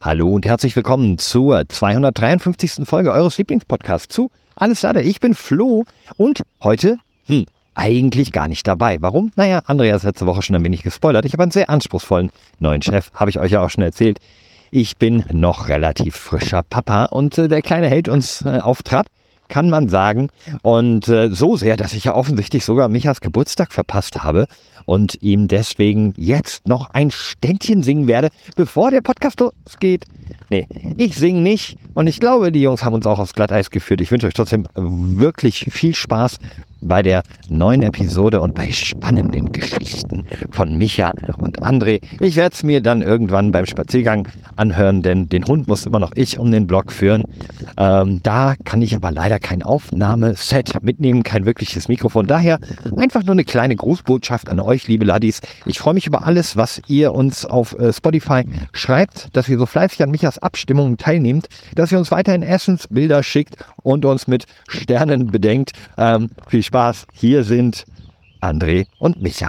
Hallo und herzlich willkommen zur 253. Folge eures Lieblingspodcasts zu Alles Lade. Ich bin Flo und heute, eigentlich gar nicht dabei. Warum? Naja, Andreas hat letzte Woche schon ein wenig gespoilert. Ich habe einen sehr anspruchsvollen neuen Chef, habe ich euch ja auch schon erzählt. Ich bin noch relativ frischer Papa und der Kleine hält uns auf Trab, kann man sagen. Und so sehr, dass ich ja offensichtlich sogar Michas Geburtstag verpasst habe und ihm deswegen jetzt noch ein Ständchen singen werde, bevor der Podcast losgeht. Nee, ich singe nicht und ich glaube, die Jungs haben uns auch aufs Glatteis geführt. Ich wünsche euch trotzdem wirklich viel Spaß bei der neuen Episode und bei spannenden Geschichten von Micha und André. Ich werde es mir dann irgendwann beim Spaziergang anhören, denn den Hund muss immer noch ich um den Block führen. Da kann ich aber leider kein Aufnahmeset mitnehmen, kein wirkliches Mikrofon. Daher einfach nur eine kleine Grußbotschaft an euch, liebe Laddies. Ich freue mich über alles, was ihr uns auf Spotify schreibt, dass ihr so fleißig an Michas Abstimmungen teilnehmt, dass ihr uns weiterhin Essensbilder schickt und uns mit Sternen bedenkt. Viel Spaß. Hier sind André und Micha.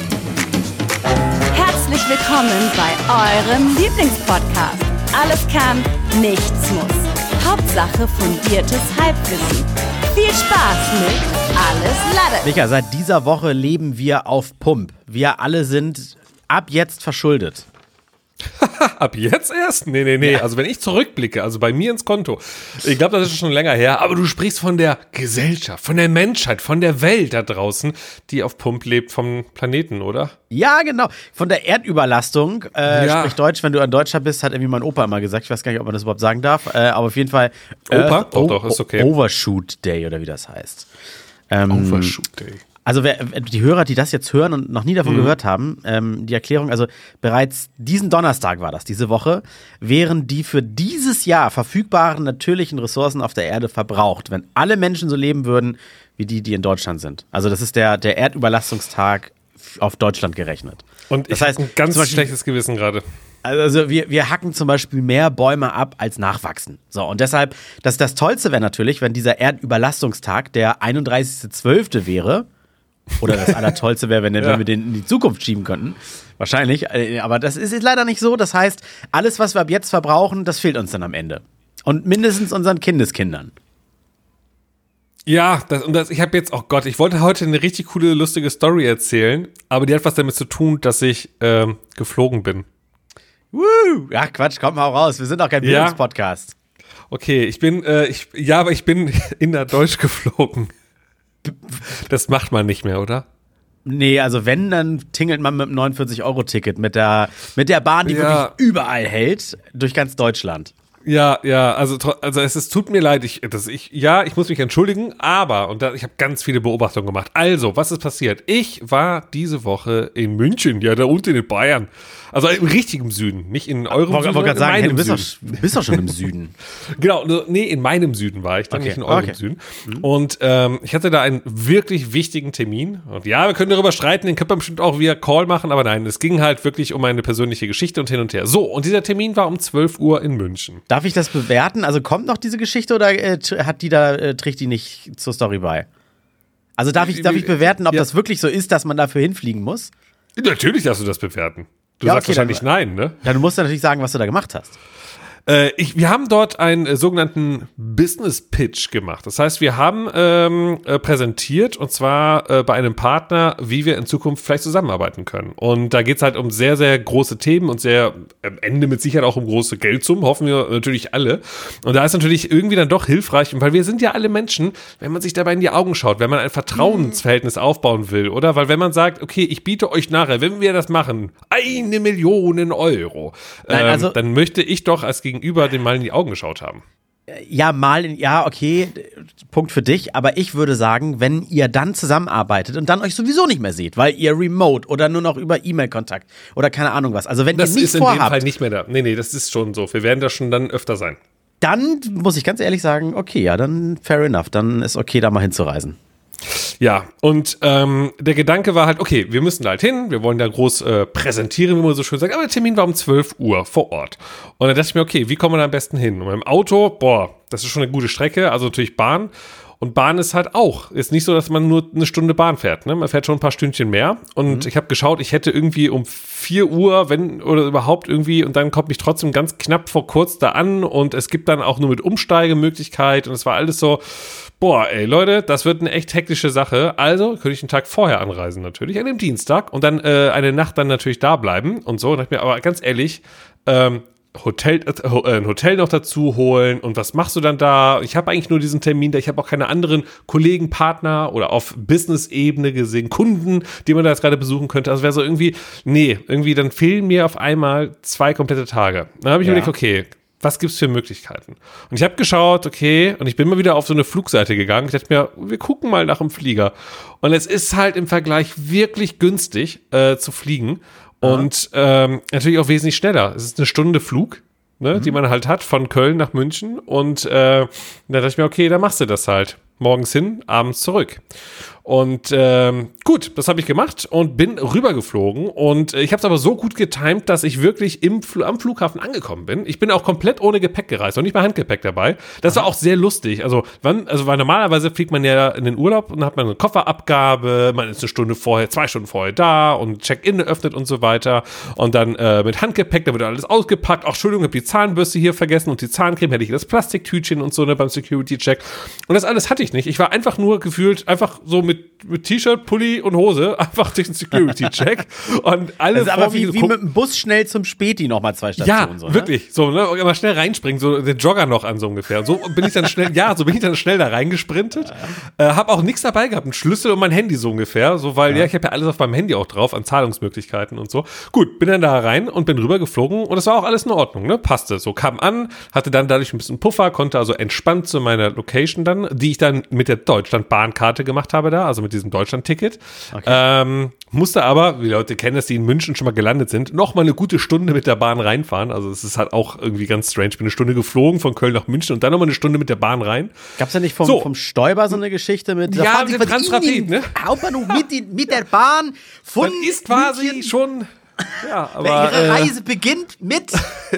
Herzlich willkommen bei eurem Lieblingspodcast. Alles kann, nichts muss. Hauptsache fundiertes Halbwissen. Viel Spaß mit Alles Lade. Micha, seit dieser Woche leben wir auf Pump. Wir alle sind ab jetzt verschuldet. Ab jetzt erst? Nee. Also wenn ich zurückblicke, also bei mir ins Konto, ich glaube, das ist schon länger her, aber du sprichst von der Gesellschaft, von der Menschheit, von der Welt da draußen, die auf Pump lebt, vom Planeten, oder? Ja, genau. Von der Erdüberlastung. Sprich Deutsch, wenn du ein Deutscher bist, hat irgendwie mein Opa immer gesagt. Ich weiß gar nicht, ob man das überhaupt sagen darf. Aber auf jeden Fall Opa? Doch, ist okay. Overshoot Day oder wie das heißt. Overshoot Day. Also die Hörer, die das jetzt hören und noch nie davon gehört haben, die Erklärung, also bereits diesen Donnerstag war das, diese Woche, wären die für dieses Jahr verfügbaren natürlichen Ressourcen auf der Erde verbraucht, wenn alle Menschen so leben würden, wie die in Deutschland sind. Also das ist der Erdüberlastungstag auf Deutschland gerechnet. Und ich habe ein ganz schlechtes Gewissen gerade. Also wir hacken zum Beispiel mehr Bäume ab, als nachwachsen. So, und deshalb, das Tollste wäre natürlich, wenn dieser Erdüberlastungstag der 31.12. wäre. Oder das Allertollste wäre, wenn wir den in die Zukunft schieben könnten. Wahrscheinlich. Aber das ist leider nicht so. Das heißt, alles, was wir ab jetzt verbrauchen, das fehlt uns dann am Ende. Und mindestens unseren Kindeskindern. Ja, ich habe jetzt, oh Gott, ich wollte heute eine richtig coole, lustige Story erzählen, aber die hat was damit zu tun, dass ich geflogen bin. Ja, Quatsch, kommt mal auch raus. Wir sind auch kein Bildungspodcast. Okay, ich bin in der Deutsch geflogen. Das macht man nicht mehr, oder? Nee, also wenn, dann tingelt man mit einem 49-Euro-Ticket mit der Bahn, die wirklich überall hält, durch ganz Deutschland. Ja, also es tut mir leid, ich muss mich entschuldigen, aber, ich habe ganz viele Beobachtungen gemacht. Also, was ist passiert? Ich war diese Woche in München, ja, da unten in Bayern. Also im richtigen Süden, nicht in eurem Süden, sondern in meinem Süden. Du bist doch schon im Süden. Genau, nee, in meinem Süden war ich, dann nicht in eurem Süden. Und ich hatte da einen wirklich wichtigen Termin. Und ja, wir können darüber streiten, den können wir bestimmt auch via Call machen, aber nein, es ging halt wirklich um eine persönliche Geschichte und hin und her. So, und dieser Termin war um 12 Uhr in München. Darf ich das bewerten? Also kommt noch diese Geschichte oder trägt die nicht zur Story bei? Also darf ich bewerten, ob das wirklich so ist, dass man dafür hinfliegen muss? Natürlich darfst du das bewerten. Du sagst wahrscheinlich nein, ne? Ja, du musst ja natürlich sagen, was du da gemacht hast. Wir haben dort einen sogenannten Business Pitch gemacht. Das heißt, wir haben präsentiert, und zwar bei einem Partner, wie wir in Zukunft vielleicht zusammenarbeiten können. Und da geht es halt um sehr, sehr große Themen und sehr am Ende mit Sicherheit auch um große Geldsummen, hoffen wir natürlich alle. Und da ist natürlich irgendwie dann doch hilfreich, weil wir sind ja alle Menschen, wenn man sich dabei in die Augen schaut, wenn man ein Vertrauensverhältnis aufbauen will, oder? Weil wenn man sagt, okay, ich biete euch nachher, wenn wir das machen, 1 Million Euro, dann möchte ich doch als Gegenüber den mal in die Augen geschaut haben. Ja, okay, Punkt für dich, aber ich würde sagen, wenn ihr dann zusammenarbeitet und dann euch sowieso nicht mehr seht, weil ihr remote oder nur noch über E-Mail-Kontakt oder keine Ahnung was, also wenn das ihr nicht ist vorhabt. In dem Fall nicht mehr da. Nee, das ist schon so. Wir werden da schon dann öfter sein. Dann muss ich ganz ehrlich sagen, okay, ja, dann fair enough, dann ist okay, da mal hinzureisen. Ja, und der Gedanke war halt, okay, wir müssen da halt hin, wir wollen da groß präsentieren, wie man so schön sagt, aber der Termin war um 12 Uhr vor Ort. Und dann dachte ich mir, okay, wie kommen wir da am besten hin? Und mit dem Auto, das ist schon eine gute Strecke, also natürlich Bahn. Und Bahn ist halt auch. Ist nicht so, dass man nur eine Stunde Bahn fährt. Ne? Man fährt schon ein paar Stündchen mehr. Und ich habe geschaut, ich hätte irgendwie um 4 Uhr, wenn oder überhaupt irgendwie, und dann kommt mich trotzdem ganz knapp vor kurz da an. Und es gibt dann auch nur mit Umsteigemöglichkeit. Und es war alles so, boah, ey, Leute, das wird eine echt hektische Sache. Also könnte ich einen Tag vorher anreisen natürlich, an dem Dienstag. Und dann eine Nacht dann natürlich da bleiben und so. Und dachte mir, aber ganz ehrlich, ein Hotel noch dazu holen und was machst du dann da? Ich habe eigentlich nur diesen Termin da, ich habe auch keine anderen Kollegen, Partner oder auf Business-Ebene gesehen, Kunden, die man da jetzt gerade besuchen könnte. Also wäre so irgendwie, dann fehlen mir auf einmal 2 komplette Tage. Dann habe ich mir gedacht, okay, was gibt's für Möglichkeiten? Und ich habe geschaut, okay, und ich bin mal wieder auf so eine Flugseite gegangen. Ich dachte mir, wir gucken mal nach dem Flieger. Und es ist halt im Vergleich wirklich günstig zu fliegen. Und natürlich auch wesentlich schneller. Es ist eine Stunde Flug, ne, die man halt hat von Köln nach München. Und da dachte ich mir, okay, dann machst du das halt. Morgens hin, abends zurück. Und gut, das habe ich gemacht und bin rübergeflogen. Und ich habe es aber so gut getimt, dass ich wirklich am Flughafen angekommen bin. Ich bin auch komplett ohne Gepäck gereist und nicht mal Handgepäck dabei. Das war auch sehr lustig. Weil normalerweise fliegt man ja in den Urlaub und hat man eine Kofferabgabe, man ist 2 Stunden vorher da und Check-in eröffnet und so weiter. Und dann mit Handgepäck, da wird alles ausgepackt. Ach, Entschuldigung, ich habe die Zahnbürste hier vergessen und die Zahncreme hätte ich in das Plastiktütchen und so, ne, beim Security-Check. Und das alles hatte ich nicht. Ich war einfach nur gefühlt, einfach so mit T-Shirt, Pulli und Hose, einfach durch den Security-Check. Und alle das ist aber wie mit dem Bus schnell zum Späti nochmal 2 Stationen. Ja, so, ne? wirklich. So, ne? Mal schnell reinspringen, so den Jogger noch an, so ungefähr. So bin ich dann schnell da reingesprintet. Hab auch nichts dabei gehabt, einen Schlüssel und mein Handy so ungefähr. So, weil ich habe ja alles auf meinem Handy auch drauf, an Zahlungsmöglichkeiten und so. Gut, bin dann da rein und bin rübergeflogen und das war auch alles in Ordnung, ne? Passte. So, kam an, hatte dann dadurch ein bisschen Puffer, konnte also entspannt zu meiner Location dann, die ich dann mit der Deutschland-Bahnkarte gemacht habe da, also mit diesem Deutschland-Ticket. Okay. Musste aber, wie Leute kennen das, die in München schon mal gelandet sind, noch mal eine gute Stunde mit der Bahn reinfahren. Also es ist halt auch irgendwie ganz strange. Ich bin eine Stunde geflogen von Köln nach München und dann noch mal eine Stunde mit der Bahn rein. Gab's ja nicht vom Stoiber so eine Geschichte mit? Ja, mit dem Transrapid, ne? Hauptbahnhof mit der Bahn von Man ist quasi München. Schon... Ja, aber Ihre Reise beginnt mit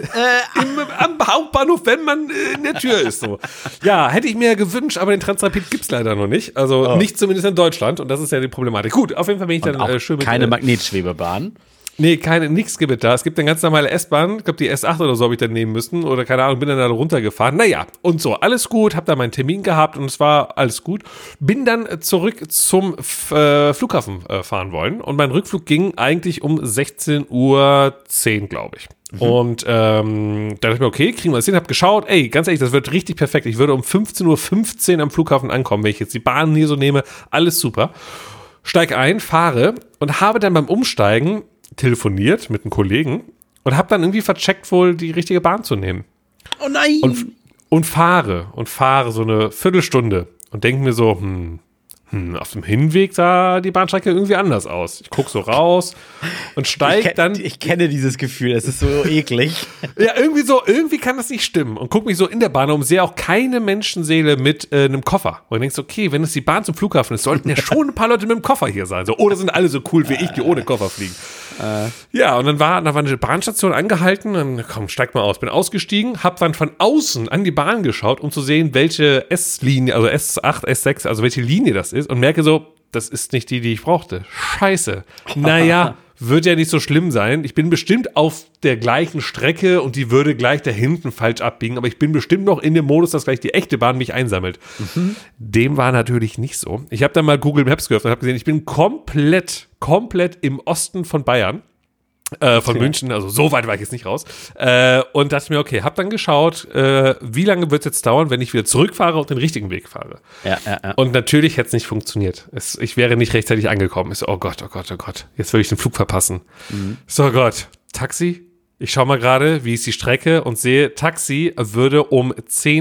am Hauptbahnhof, wenn man in der Tür ist. So. Ja, hätte ich mir gewünscht, aber den Transrapid gibt's leider noch nicht. Also nicht zumindest in Deutschland und das ist ja die Problematik. Gut, auf jeden Fall bin ich dann schön mit keine Magnetschwebebahn. Nee, nichts gibt es da. Es gibt eine ganz normale S-Bahn, ich glaube die S8 oder so habe ich dann nehmen müssen oder keine Ahnung, bin dann da runtergefahren. Naja, und so, alles gut, habe da meinen Termin gehabt und es war alles gut. Bin dann zurück zum Flughafen fahren wollen und mein Rückflug ging eigentlich um 16:10 Uhr, glaube ich. Und dann dachte ich mir, okay, kriegen wir das hin, hab geschaut, ey, ganz ehrlich, das wird richtig perfekt. Ich würde um 15:15 Uhr am Flughafen ankommen, wenn ich jetzt die Bahn hier so nehme, alles super. Steig ein, fahre und habe dann beim Umsteigen telefoniert mit einem Kollegen und habe dann irgendwie vercheckt, wohl die richtige Bahn zu nehmen. Oh nein! Und fahre so eine Viertelstunde und denke mir so, auf dem Hinweg sah die Bahnstrecke irgendwie anders aus. Ich gucke so raus und steige dann. Ich kenne dieses Gefühl, es ist so eklig. Ja, irgendwie kann das nicht stimmen. Und gucke mich so in der Bahn um, sehe auch keine Menschenseele mit einem Koffer. Und denkst, okay, wenn es die Bahn zum Flughafen ist, sollten ja schon ein paar Leute mit dem Koffer hier sein. So, oder sind alle so cool wie ich, die ohne Koffer fliegen. Ja, und dann war eine Bahnstation angehalten, dann komm, steig mal aus. Bin ausgestiegen, hab dann von außen an die Bahn geschaut, um zu sehen, welche S-Linie, also S8, S6, also welche Linie das ist und merke so, das ist nicht die ich brauchte. Scheiße. Naja, wird ja nicht so schlimm sein. Ich bin bestimmt auf der gleichen Strecke und die würde gleich da hinten falsch abbiegen, aber ich bin bestimmt noch in dem Modus, dass gleich die echte Bahn mich einsammelt. Dem war natürlich nicht so. Ich habe dann mal Google Maps geöffnet und habe gesehen, ich bin komplett im Osten von Bayern. Von München, also so weit war ich jetzt nicht raus. Und dachte mir, okay, hab dann geschaut, wie lange wird es jetzt dauern, wenn ich wieder zurückfahre und den richtigen Weg fahre. Ja. Und natürlich hätte es nicht funktioniert. Ich wäre nicht rechtzeitig angekommen. Ich so, oh Gott, jetzt würde ich den Flug verpassen. So, oh Gott, Taxi? Ich schaue mal gerade, wie ist die Strecke und sehe, Taxi würde um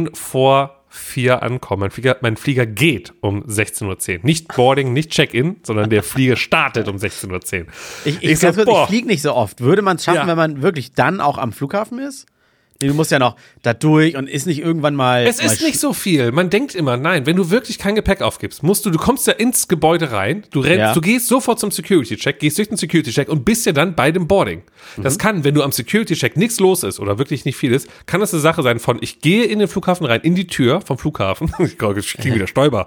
4:10 ankommen. Mein Flieger geht um 16:10 Uhr. Nicht Boarding, nicht Check-in, sondern der Flieger startet um 16:10 Uhr. Ich fliege nicht so oft. Würde man es schaffen, wenn man wirklich dann auch am Flughafen ist? Nee, du musst ja noch da durch und ist nicht irgendwann mal. Es ist nicht so viel. Man denkt immer, nein, wenn du wirklich kein Gepäck aufgibst, du kommst ja ins Gebäude rein, du gehst sofort zum Security-Check, gehst durch den Security-Check und bist ja dann bei dem Boarding. Das kann, wenn du am Security-Check nichts los ist oder wirklich nicht viel ist, kann das eine Sache sein von, ich gehe in den Flughafen rein, in die Tür vom Flughafen, ich klinge wieder Stoiber,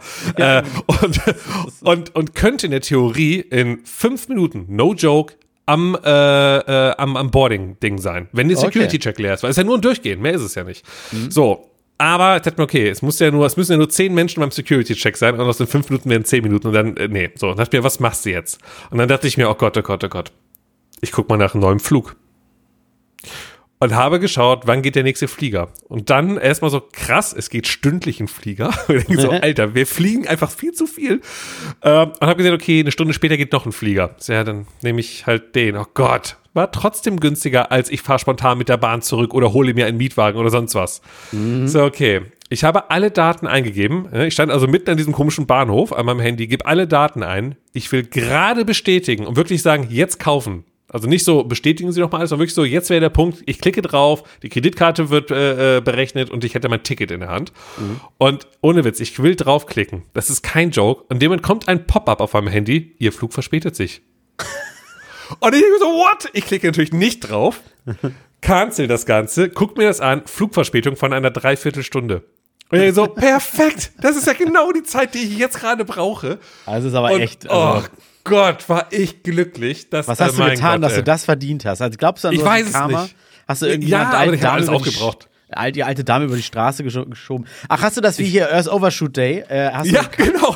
und könnte in der Theorie in 5 Minuten, no joke, am Boarding-Ding sein, wenn der Security-Check leer ist, weil es ja nur ein Durchgehen, mehr ist es ja nicht. So, aber ich dachte mir, okay, es müssen ja nur 10 Menschen beim Security-Check sein und aus den 5 Minuten werden 10 Minuten und dann, so, und dachte mir, was machst du jetzt? Und dann dachte ich mir, oh Gott, ich guck mal nach einem neuen Flug. Und habe geschaut, wann geht der nächste Flieger. Und dann erstmal so, krass, es geht stündlich ein Flieger. Und ich denke so, Alter, wir fliegen einfach viel zu viel. Und habe gesagt, okay, eine Stunde später geht noch ein Flieger. So, ja, dann nehme ich halt den. Oh Gott, war trotzdem günstiger, als ich fahre spontan mit der Bahn zurück oder hole mir einen Mietwagen oder sonst was. So, okay. Ich habe alle Daten eingegeben. Ich stand also mitten an diesem komischen Bahnhof an meinem Handy, gebe alle Daten ein. Ich will gerade bestätigen und wirklich sagen, jetzt kaufen. Also nicht so, bestätigen Sie doch mal alles, sondern wirklich so, jetzt wäre der Punkt, ich klicke drauf, die Kreditkarte wird berechnet und ich hätte mein Ticket in der Hand. Und ohne Witz, ich will draufklicken. Das ist kein Joke. Und dem kommt ein Pop-up auf meinem Handy, Ihr Flug verspätet sich. Und ich denke so, what? Ich klicke natürlich nicht drauf, cancel das Ganze, guck mir das an, Flugverspätung von einer Dreiviertelstunde. Und ich so, perfekt, das ist ja genau die Zeit, die ich jetzt gerade brauche. Also ist aber echt. Oh Gott, war ich glücklich. Dass, was hast du getan, dass du das verdient hast? Also glaubst du an so ein Karma? Nicht. Hast du irgendwie ja, aber ich habe alles aufgebraucht. Die alte Dame über die Straße geschoben. Ach, hast du das wie hier Earth Overshoot Day? Genau.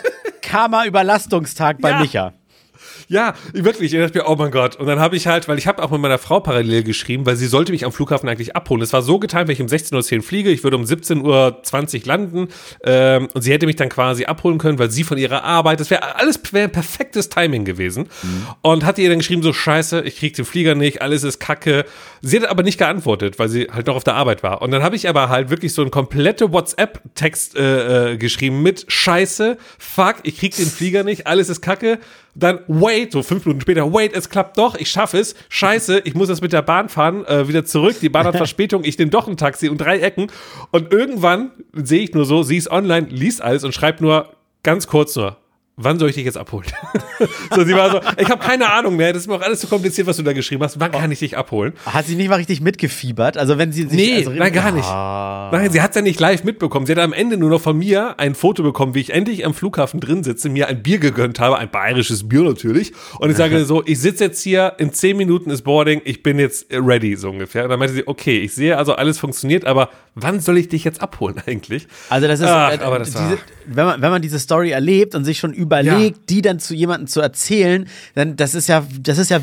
Karma-Überlastungstag bei Micha. Ja, wirklich. Ich dachte mir, oh mein Gott. Und dann habe ich halt, weil ich habe auch mit meiner Frau parallel geschrieben, weil sie sollte mich am Flughafen eigentlich abholen. Es war so getan, wenn ich um 16:10 Uhr fliege, ich würde um 17:20 Uhr landen und sie hätte mich dann quasi abholen können, weil sie von ihrer Arbeit, das wäre ein perfektes Timing gewesen. Und hatte ihr dann geschrieben, so scheiße, ich krieg den Flieger nicht, alles ist kacke. Sie hat aber nicht geantwortet, weil sie halt noch auf der Arbeit war. Und dann habe ich aber halt wirklich so einen komplette WhatsApp-Text geschrieben mit scheiße, fuck, ich krieg den Flieger nicht, alles ist kacke. Dann wait, so 5 Minuten später, wait, es klappt doch, ich schaffe es, scheiße, ich muss jetzt mit der Bahn fahren, wieder zurück, die Bahn hat Verspätung, ich nehme doch ein Taxi und 3 Ecken und irgendwann sehe ich nur so, sie ist online, liest alles und schreibt nur ganz kurz nur, wann soll ich dich jetzt abholen? So, sie war so, ich habe keine Ahnung mehr, das ist mir auch alles zu kompliziert, was du da geschrieben hast, wann kann ich dich abholen? Hat sie nicht mal richtig mitgefiebert? Also wenn sie sich nein, gar nicht. Nein, sie hat es ja nicht live mitbekommen. Sie hat am Ende nur noch von mir ein Foto bekommen, wie ich endlich am Flughafen drin sitze, mir ein Bier gegönnt habe, ein bayerisches Bier natürlich. Und ich sage so, ich sitze jetzt hier, in 10 Minuten ist Boarding, ich bin jetzt ready, so ungefähr. Und dann meinte sie, okay, ich sehe also, alles funktioniert, aber wann soll ich dich jetzt abholen eigentlich? Also das ist, wenn man diese Story erlebt und sich schon überlegt, die dann zu jemandem zu erzählen, dann das ist ja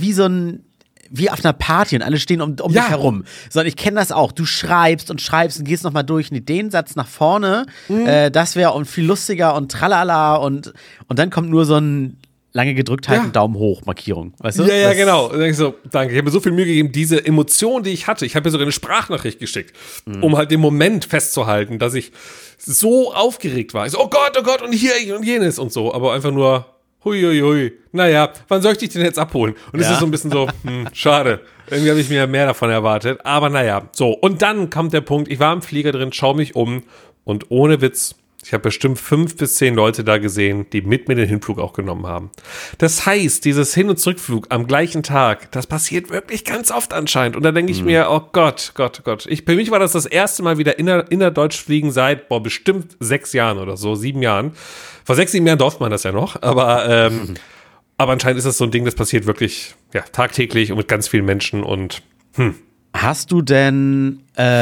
wie auf einer Party und alle stehen um dich herum. Sondern ich kenne das auch. Du schreibst und gehst nochmal durch den Satz nach vorne. Das wäre viel lustiger und tralala und dann kommt nur so ein lange gedrückt halten, Daumen hoch Markierung. Weißt du? Ja, genau. Und dann denke ich so, danke. Ich habe mir so viel Mühe gegeben, diese Emotion, die ich hatte. Ich habe mir sogar eine Sprachnachricht geschickt, um halt den Moment festzuhalten, dass ich so aufgeregt war. Ich so, oh Gott, und hier und jenes und so. Aber einfach nur hui. Naja, wann soll ich dich denn jetzt abholen? Und es ist so ein bisschen so, schade. Irgendwie habe ich mir mehr davon erwartet. Aber naja, so. Und dann kommt der Punkt, ich war im Flieger drin, schaue mich um und ohne Witz, ich habe bestimmt 5 bis 10 Leute da gesehen, die mit mir den Hinflug auch genommen haben. Das heißt, dieses Hin- und Zurückflug am gleichen Tag, das passiert wirklich ganz oft anscheinend. Und da denke ich mir, oh Gott. Für mich war das erste Mal wieder innerdeutsch fliegen seit, bestimmt 6 Jahren oder so, 7 Jahren. Vor 6, 7 Jahren durfte man das ja noch, aber anscheinend ist das so ein Ding, das passiert wirklich tagtäglich und mit ganz vielen Menschen und Hast du denn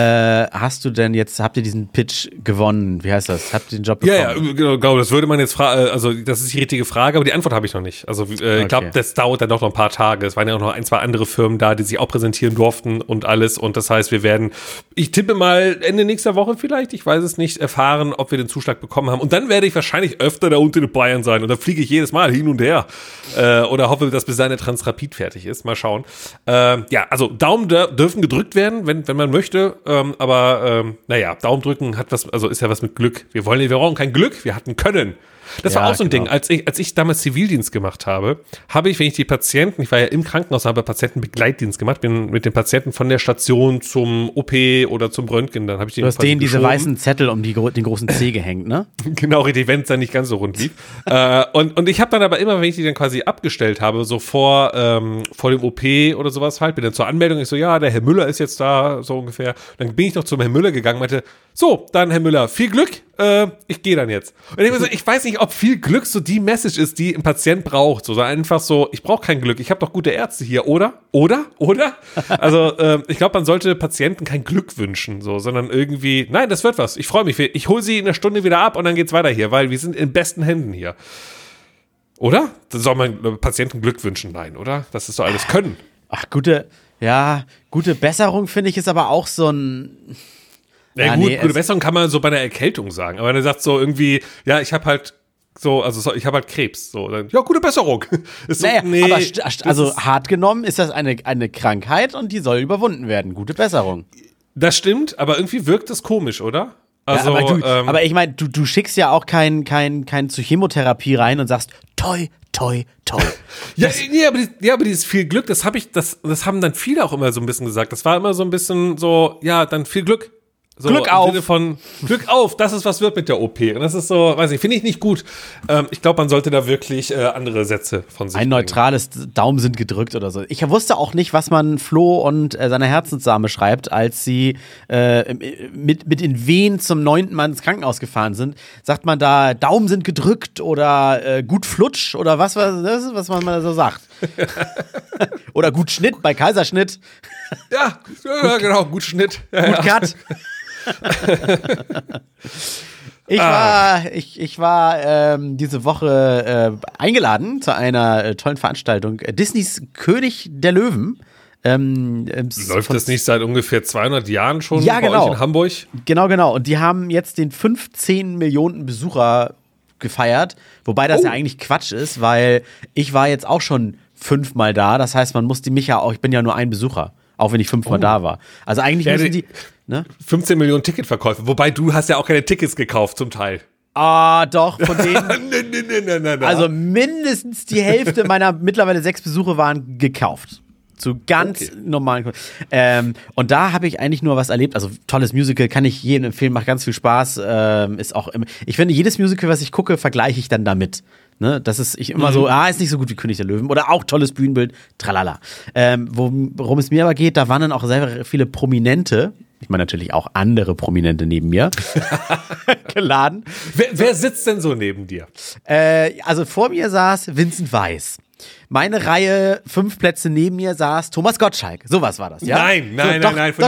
jetzt, habt ihr diesen Pitch gewonnen? Wie heißt das? Habt ihr den Job bekommen? Ja, genau, das würde man jetzt fragen, also das ist die richtige Frage, aber die Antwort habe ich noch nicht. Also ich glaube, das dauert dann doch noch ein paar Tage. Es waren ja auch noch 1, 2 andere Firmen da, die sich auch präsentieren durften und alles und das heißt, wir werden, ich tippe mal Ende nächster Woche vielleicht, ich weiß es nicht, erfahren, ob wir den Zuschlag bekommen haben und dann werde ich wahrscheinlich öfter da unten in Bayern sein und dann fliege ich jedes Mal hin und her oder hoffe, dass bis dahin der Transrapid fertig ist. Mal schauen. Also Daumen dürfen gedrückt werden, wenn man möchte. Aber Daumen drücken hat was, also ist ja was mit Glück. Wir brauchen kein Glück, wir hatten Können. Das war auch so ein Ding. Als ich damals Zivildienst gemacht habe, habe ich, wenn ich die Patienten, ich war ja im Krankenhaus, habe Patientenbegleitdienst gemacht, bin mit den Patienten von der Station zum OP oder zum Röntgen, dann habe ich den. Du hast denen diese weißen Zettel um den großen Zeh gehängt, ne? Genau, richtig, wenn es dann nicht ganz so rund lief. Und ich habe dann aber immer, wenn ich die dann quasi abgestellt habe, so vor dem OP oder sowas halt, bin dann zur Anmeldung, ich so, ja, der Herr Müller ist jetzt da, so ungefähr. Dann bin ich noch zum Herrn Müller gegangen, meinte, so, dann Herr Müller, viel Glück, ich gehe dann jetzt. Und ich, so, ich weiß nicht, ob viel Glück so die Message ist, die ein Patient braucht. So einfach so, ich brauche kein Glück, ich habe doch gute Ärzte hier, oder? Also ich glaube, man sollte Patienten kein Glück wünschen, so, sondern irgendwie, nein, das wird was, ich freue mich, ich hole sie in einer Stunde wieder ab und dann geht's weiter hier, weil wir sind in besten Händen hier. Oder? Soll man Patienten Glück wünschen? Nein, oder? Das ist doch alles Können. Ach, gute Besserung finde ich ist aber auch so ein... Ja, gute Besserung kann man so bei einer Erkältung sagen. Aber wenn er sagt so irgendwie, ja, ich habe halt Krebs. So, dann, ja, gute Besserung. Ist so, aber also hart genommen ist das eine Krankheit und die soll überwunden werden. Gute Besserung. Das stimmt, aber irgendwie wirkt das komisch, oder? Also, ja, aber ich meine, du schickst ja auch kein zur Chemotherapie rein und sagst, toi, toi, toi. aber dieses viel Glück, das haben dann viele auch immer so ein bisschen gesagt. Das war immer so ein bisschen so, ja, dann viel Glück. So, Glück auf. Im Sinne von Glück auf, das ist, was wird mit der OP. Und das ist so, weiß ich, finde ich nicht gut. Ich glaube, man sollte da wirklich andere Sätze von sich Ein neutrales Daumen sind gedrückt oder so. Ich wusste auch nicht, was man Flo und seiner Herzenssame schreibt, als sie mit in Wehen zum 9. Mal ins Krankenhaus gefahren sind. Sagt man da, Daumen sind gedrückt oder gut flutsch oder was man mal so sagt. Oder gut Schnitt bei Kaiserschnitt. Ja, genau, gut Schnitt. Gut Cut. Ich war diese Woche eingeladen zu einer tollen Veranstaltung. Disneys König der Löwen. Läuft das nicht seit ungefähr 200 Jahren schon bei euch in Hamburg? Genau. Und die haben jetzt den 15 Millionen Besucher gefeiert. Wobei das ja eigentlich Quatsch ist, weil ich war jetzt auch schon 5-mal da. Das heißt, man musste mich ja auch, ich bin ja nur ein Besucher. Auch wenn ich 5-mal da war. Also eigentlich müssen die... Ne? 15 Millionen Ticketverkäufe. Wobei du hast ja auch keine Tickets gekauft zum Teil. Ah, doch, von denen... Nein. Also mindestens die Hälfte meiner mittlerweile 6 Besuche waren gekauft. Zu ganz normalen... und da habe ich eigentlich nur was erlebt. Also tolles Musical, kann ich jedem empfehlen, macht ganz viel Spaß. Ist auch ich finde, jedes Musical, was ich gucke, vergleiche ich dann damit. Ne, das ist immer so, ist nicht so gut wie König der Löwen oder auch tolles Bühnenbild, tralala. Worum es mir aber geht, da waren dann auch sehr viele Prominente, ich meine natürlich auch andere Prominente neben mir, geladen. Wer sitzt denn so neben dir? Also vor mir saß Vincent Weiss. Meine Reihe, 5 Plätze neben mir saß Thomas Gottschalk. Sowas war das, ja? Nein. Nein.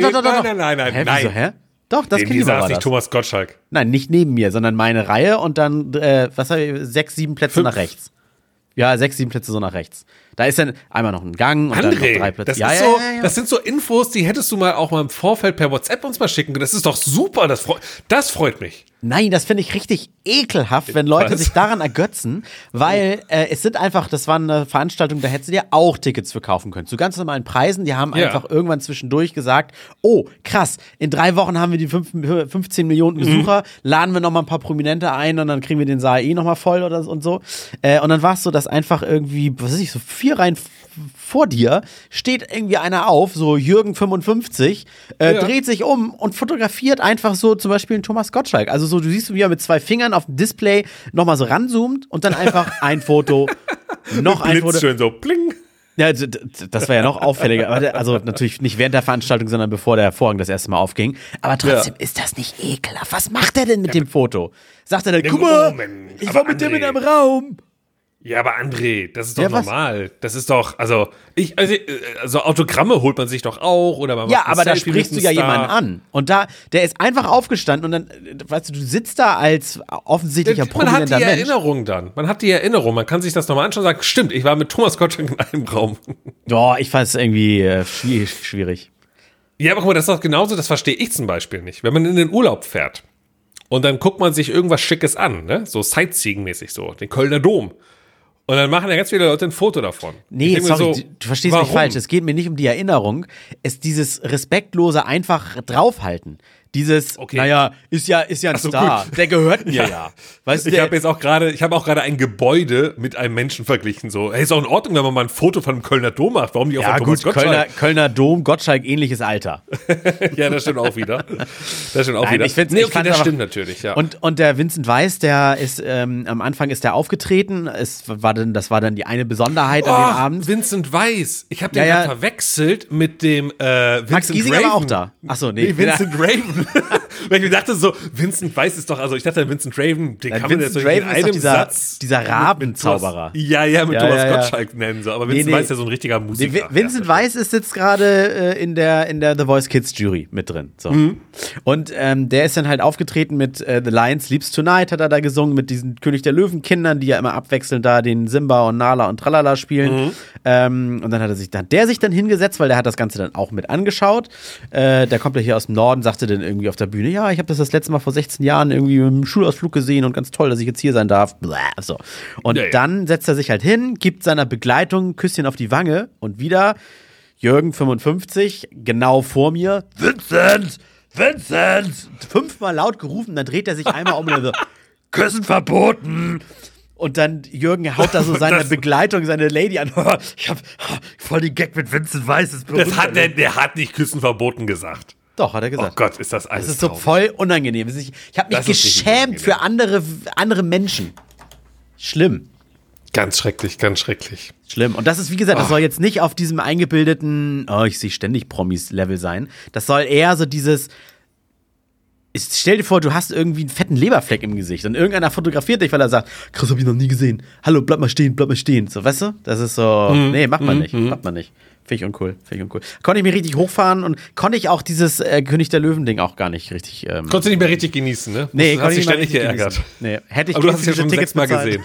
Wieso, hä? Doch, das Neben dir saß nicht Thomas Gottschalk. Nein, nicht neben mir, sondern meine Reihe und dann, 6, 7 Plätze nach rechts. Ja, 6, 7 Plätze so nach rechts. Da ist dann einmal noch ein Gang und dann noch 3 Plätze. Das sind so Infos, die hättest du mal auch mal im Vorfeld per WhatsApp uns mal schicken können. Das ist doch super, das freut mich. Nein, das finde ich richtig ekelhaft, wenn Leute sich daran ergötzen, weil es sind einfach, das war eine Veranstaltung, da hättest du dir auch Tickets für kaufen können. Zu ganz normalen Preisen, die haben einfach irgendwann zwischendurch gesagt, oh, krass, in 3 Wochen haben wir die 15 Millionen Besucher, laden wir noch mal ein paar Prominente ein und dann kriegen wir den Saal noch mal voll und so. Und dann war es so, dass einfach irgendwie, was weiß ich, so 4 Reihen vor dir steht irgendwie einer auf, so Jürgen 55, dreht sich um und fotografiert einfach so zum Beispiel einen Thomas Gottschalk. Also so, du siehst, wie er mit 2 Fingern auf dem Display nochmal so ranzoomt und dann einfach ein Foto, noch ein Foto. Schön so, pling. Ja, das war ja noch auffälliger. Also natürlich nicht während der Veranstaltung, sondern bevor der Vorhang das erste Mal aufging. Aber trotzdem ist das nicht ekelhaft. Was macht er denn mit dem Foto? Sagt er dann, guck mal, ich war mit dem in einem Raum. Ja, aber André, das ist doch normal. Das ist doch, also Autogramme holt man sich doch auch oder man macht aber da sprichst du ja jemanden an. Und der ist einfach aufgestanden und dann, weißt du sitzt da als offensichtlicher prominenter Mensch. Man hat die Erinnerung dann. Man kann sich das nochmal anschauen und sagen, stimmt, ich war mit Thomas Gottschalk in einem Raum. Ja, ich fand es irgendwie schwierig. Ja, aber guck mal, das ist doch genauso, das verstehe ich zum Beispiel nicht. Wenn man in den Urlaub fährt und dann guckt man sich irgendwas Schickes an, ne? So Sightseeing-mäßig so, den Kölner Dom. Und dann machen ja ganz viele Leute ein Foto davon. Nee, sorry, so, du verstehst mich falsch. Es geht mir nicht um die Erinnerung. Es ist dieses respektlose einfach draufhalten. Dieses, naja, ist ja ein Star, gut. der gehört mir ja. Weißt du, Ich habe auch gerade ein Gebäude mit einem Menschen verglichen. So, hey, ist auch in Ordnung, wenn man mal ein Foto von dem Kölner Dom macht. Warum nicht auch von Thomas Gottschalk? Kölner Dom, Gottschalk, ähnliches Alter. Ja, das stimmt auch wieder. Das stimmt natürlich, ja. Und der Vincent Weiss, der ist, am Anfang ist der aufgetreten. Das war dann die eine Besonderheit an dem Abend. Vincent Weiss. Ich habe den gerade verwechselt mit dem Vincent Max Giesinger Raven. war auch da. Achso, nee. Vincent Raven. Weil ich mir dachte so, Vincent Weiss ist doch, also ich dachte, Vincent Raven, den kann man jetzt so in einem Satz. Dieser Rabenzauberer. Mit Thomas Gottschalk nennen so. Aber Vincent Weiss ist ja so ein richtiger Musiker. Vincent Weiss ist jetzt gerade in der The Voice Kids Jury mit drin. So. Und der ist dann halt aufgetreten mit The Lion Sleeps Tonight, hat er da gesungen, mit diesen König der Löwen-Kindern, die ja immer abwechselnd da den Simba und Nala und Tralala spielen. Und dann hat der sich dann hingesetzt, weil der hat das Ganze dann auch mit angeschaut. Der kommt ja hier aus dem Norden, sagte dann irgendwie auf der Bühne, ja, ich habe das letzte Mal vor 16 Jahren irgendwie im Schulausflug gesehen und ganz toll, dass ich jetzt hier sein darf. So. Und dann setzt er sich halt hin, gibt seiner Begleitung ein Küsschen auf die Wange und wieder Jürgen 55, genau vor mir, Vincent! 5-mal laut gerufen, dann dreht er sich einmal um und dann so, Küssen verboten! Und dann Jürgen haut da so seine Begleitung, seine Lady an. Ich hab voll den Gag mit Vincent Weiss. Der hat nicht Küssen verboten gesagt. Doch, hat er gesagt. Oh Gott, ist das alles Das ist so voll unangenehm. Ich habe mich geschämt für andere Menschen. Schlimm. Ganz schrecklich, ganz schrecklich. Schlimm. Und das ist, wie gesagt, das soll jetzt nicht auf diesem eingebildeten, ich sehe ständig Promis-Level sein. Das soll eher so dieses, stell dir vor, du hast irgendwie einen fetten Leberfleck im Gesicht und irgendeiner fotografiert dich, weil er sagt, krass, hab ich noch nie gesehen. Hallo, bleib mal stehen. So, weißt du? Das ist so, nee, macht man nicht. Finde ich uncool. Konnte ich mir richtig hochfahren und konnte ich auch dieses König der Löwen-Ding auch gar nicht richtig. Konntest du nicht mehr richtig genießen, ne? Nee, du hast dich ständig geärgert. Nee, hätte ich aber du hast es ja schon Tickets 6-mal gesehen.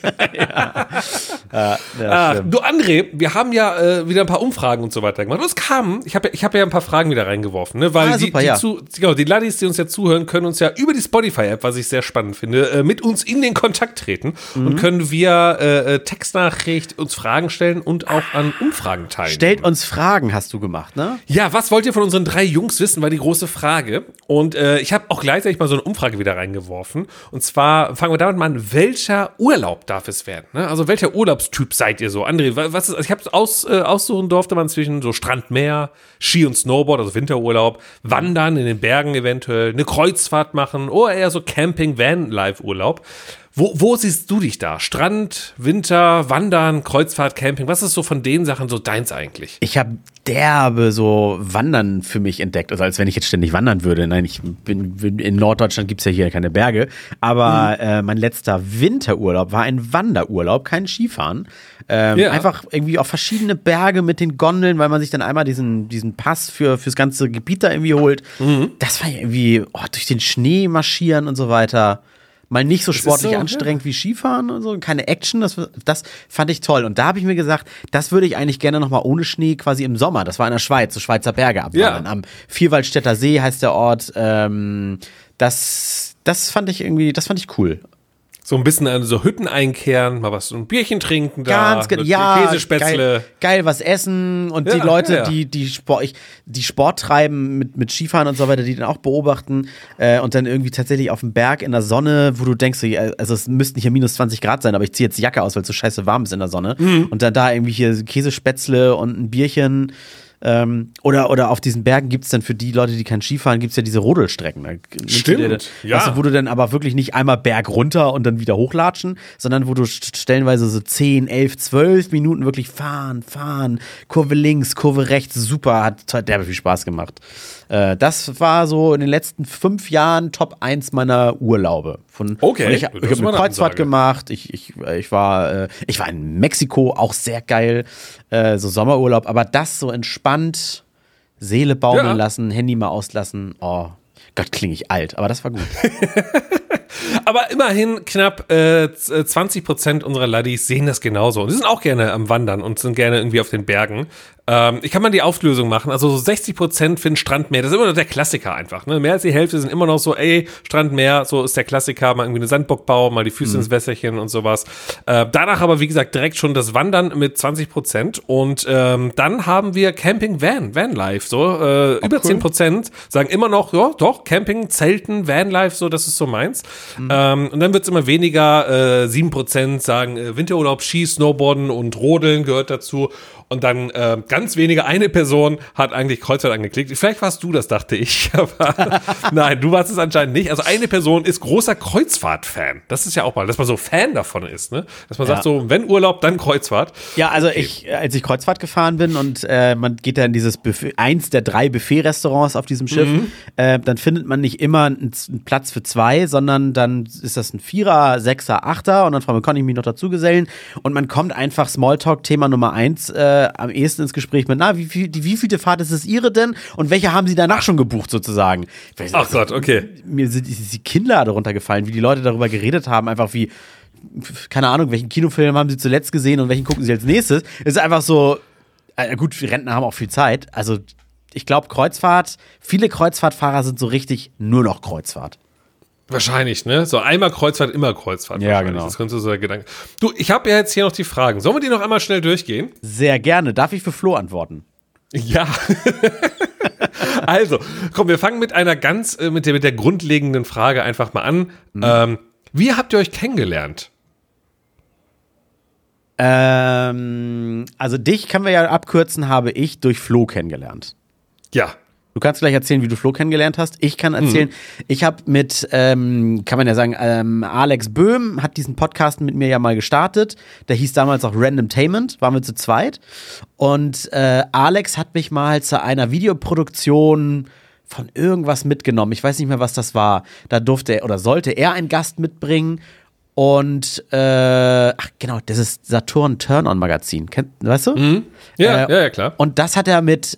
Du, André, wir haben ja wieder ein paar Umfragen und so weiter gemacht. Und es kam, ich hab ja ein paar Fragen wieder reingeworfen, ne? Weil die Laddies, die uns ja zuhören, können uns ja über die Spotify-App, was ich sehr spannend finde, mit uns in den Kontakt treten und können via Textnachricht uns Fragen stellen und auch an Umfragen teilnehmen. Stellt uns Fragen, hast du gemacht, ne? Ja, was wollt ihr von unseren 3 Jungs wissen, war die große Frage. Und ich habe auch gleichzeitig mal so eine Umfrage wieder reingeworfen. Und zwar fangen wir damit mal an, welcher Urlaub darf es werden? Ne? Also welcher Urlaubstyp seid ihr so? André, was ist, also ich habe aussuchen durfte man zwischen so Strand, Meer, Ski und Snowboard, also Winterurlaub, Wandern in den Bergen eventuell, eine Kreuzfahrt machen oder eher so Camping, Van-Life-Urlaub. Wo siehst du dich da? Strand, Winter, Wandern, Kreuzfahrt, Camping? Was ist so von den Sachen so deins eigentlich? Ich habe derbe so Wandern für mich entdeckt. Also als wenn ich jetzt ständig wandern würde. Nein, ich bin in Norddeutschland gibt's ja hier keine Berge. Aber mein letzter Winterurlaub war ein Wanderurlaub, kein Skifahren. Einfach irgendwie auf verschiedene Berge mit den Gondeln, weil man sich dann einmal diesen Pass fürs ganze Gebiet da irgendwie holt. Das war irgendwie durch den Schnee marschieren und so weiter. Mal nicht so sportlich anstrengend wie Skifahren und so, keine Action, das fand ich toll. Und da habe ich mir gesagt, das würde ich eigentlich gerne nochmal ohne Schnee quasi im Sommer, das war in der Schweiz, so Schweizer Berge abwandern. Am Vierwaldstätter See heißt der Ort, das fand ich cool. So ein bisschen an so Hütten einkehren, mal was, so ein Bierchen trinken da, ganz genau, Käsespätzle. Geil was essen und die Leute, die Sport treiben mit Skifahren und so weiter, die dann auch beobachten und dann irgendwie tatsächlich auf dem Berg in der Sonne, wo du denkst, also es müssten hier minus 20 Grad sein, aber ich ziehe jetzt die Jacke aus, weil es so scheiße warm ist in der Sonne und dann da irgendwie hier Käsespätzle und ein Bierchen. Oder auf diesen Bergen gibt es dann für die Leute, die kein Skifahren, gibt es ja diese Rodelstrecken. Stimmt, weißt du, wo du dann aber wirklich nicht einmal Berg runter und dann wieder hochlatschen, sondern wo du stellenweise so 10, 11, 12 Minuten wirklich fahren, Kurve links, Kurve rechts, super, hat derbe viel Spaß gemacht. Das war so in den letzten 5 Jahren Top 1 meiner Urlaube. Ich habe eine Kreuzfahrt gemacht, ich war in Mexiko, auch sehr geil, so Sommerurlaub, aber das so entspannt, Seele baumeln lassen, Handy mal auslassen, oh Gott, klinge ich alt, aber das war gut. Aber immerhin knapp 20% unserer Laddies sehen das genauso. Und die sind auch gerne am Wandern und sind gerne irgendwie auf den Bergen. Ich kann mal die Auflösung machen. Also so 60% finden Strandmeer. Das ist immer noch der Klassiker einfach. Ne? Mehr als die Hälfte sind immer noch so, Strandmeer, so ist der Klassiker. Mal irgendwie eine Sandburg bauen, mal die Füße ins Wässerchen und sowas. Danach aber, wie gesagt, direkt schon das Wandern mit 20%. Und dann haben wir Camping Vanlife. So über 10% sagen immer noch, ja, doch, Camping, Zelten, Vanlife, so, das ist so meins. Und dann wird es immer weniger. 7% sagen Winterurlaub, Ski, Snowboarden und Rodeln gehört dazu. Und dann ganz wenige, eine Person hat eigentlich Kreuzfahrt angeklickt. Vielleicht warst du das, dachte ich. Aber nein, du warst es anscheinend nicht. Also eine Person ist großer Kreuzfahrt-Fan. Das ist ja auch mal, dass man so Fan davon ist, ne? Dass man sagt so, wenn Urlaub, dann Kreuzfahrt. Ja, also als ich Kreuzfahrt gefahren bin und man geht da in dieses Buffet, eins der 3 Buffet-Restaurants auf diesem Schiff, dann findet man nicht immer einen Platz für 2, sondern dann ist das ein 4er, 6er, 8er und dann fragt man, kann ich mich noch dazu gesellen? Und man kommt einfach Smalltalk, Thema Nummer 1, am ehesten ins Gespräch mit, wie vielte Fahrt ist es Ihre denn? Und welche haben Sie danach schon gebucht sozusagen? Ach Gott, okay. Mir sind die Kinder darunter gefallen, wie die Leute darüber geredet haben, einfach wie, keine Ahnung, welchen Kinofilm haben sie zuletzt gesehen und welchen gucken sie als nächstes. Es ist einfach so, gut, Rentner haben auch viel Zeit. Also ich glaube viele Kreuzfahrtfahrer sind so richtig nur noch Kreuzfahrt. Wahrscheinlich, ne? So einmal Kreuzfahrt, immer Kreuzfahrt. Ja, genau. Das könnte so der Gedanke. Du, ich habe ja jetzt hier noch die Fragen. Sollen wir die noch einmal schnell durchgehen? Sehr gerne. Darf ich für Flo antworten? Ja. Also, komm, wir fangen mit einer mit der grundlegenden Frage einfach mal an. Wie habt ihr euch kennengelernt? Also dich können wir ja abkürzen, habe ich durch Flo kennengelernt. Ja. Du kannst gleich erzählen, wie du Flo kennengelernt hast. Ich kann erzählen, ich habe mit, kann man ja sagen, Alex Böhm hat diesen Podcast mit mir ja mal gestartet. Der hieß damals auch Randomtainment, waren wir zu zweit. Und Alex hat mich mal zu einer Videoproduktion von irgendwas mitgenommen. Ich weiß nicht mehr, was das war. Da sollte er einen Gast mitbringen. Und, genau, das ist Saturn Turn-On-Magazin. Weißt du? Ja, klar. Und das hat er mit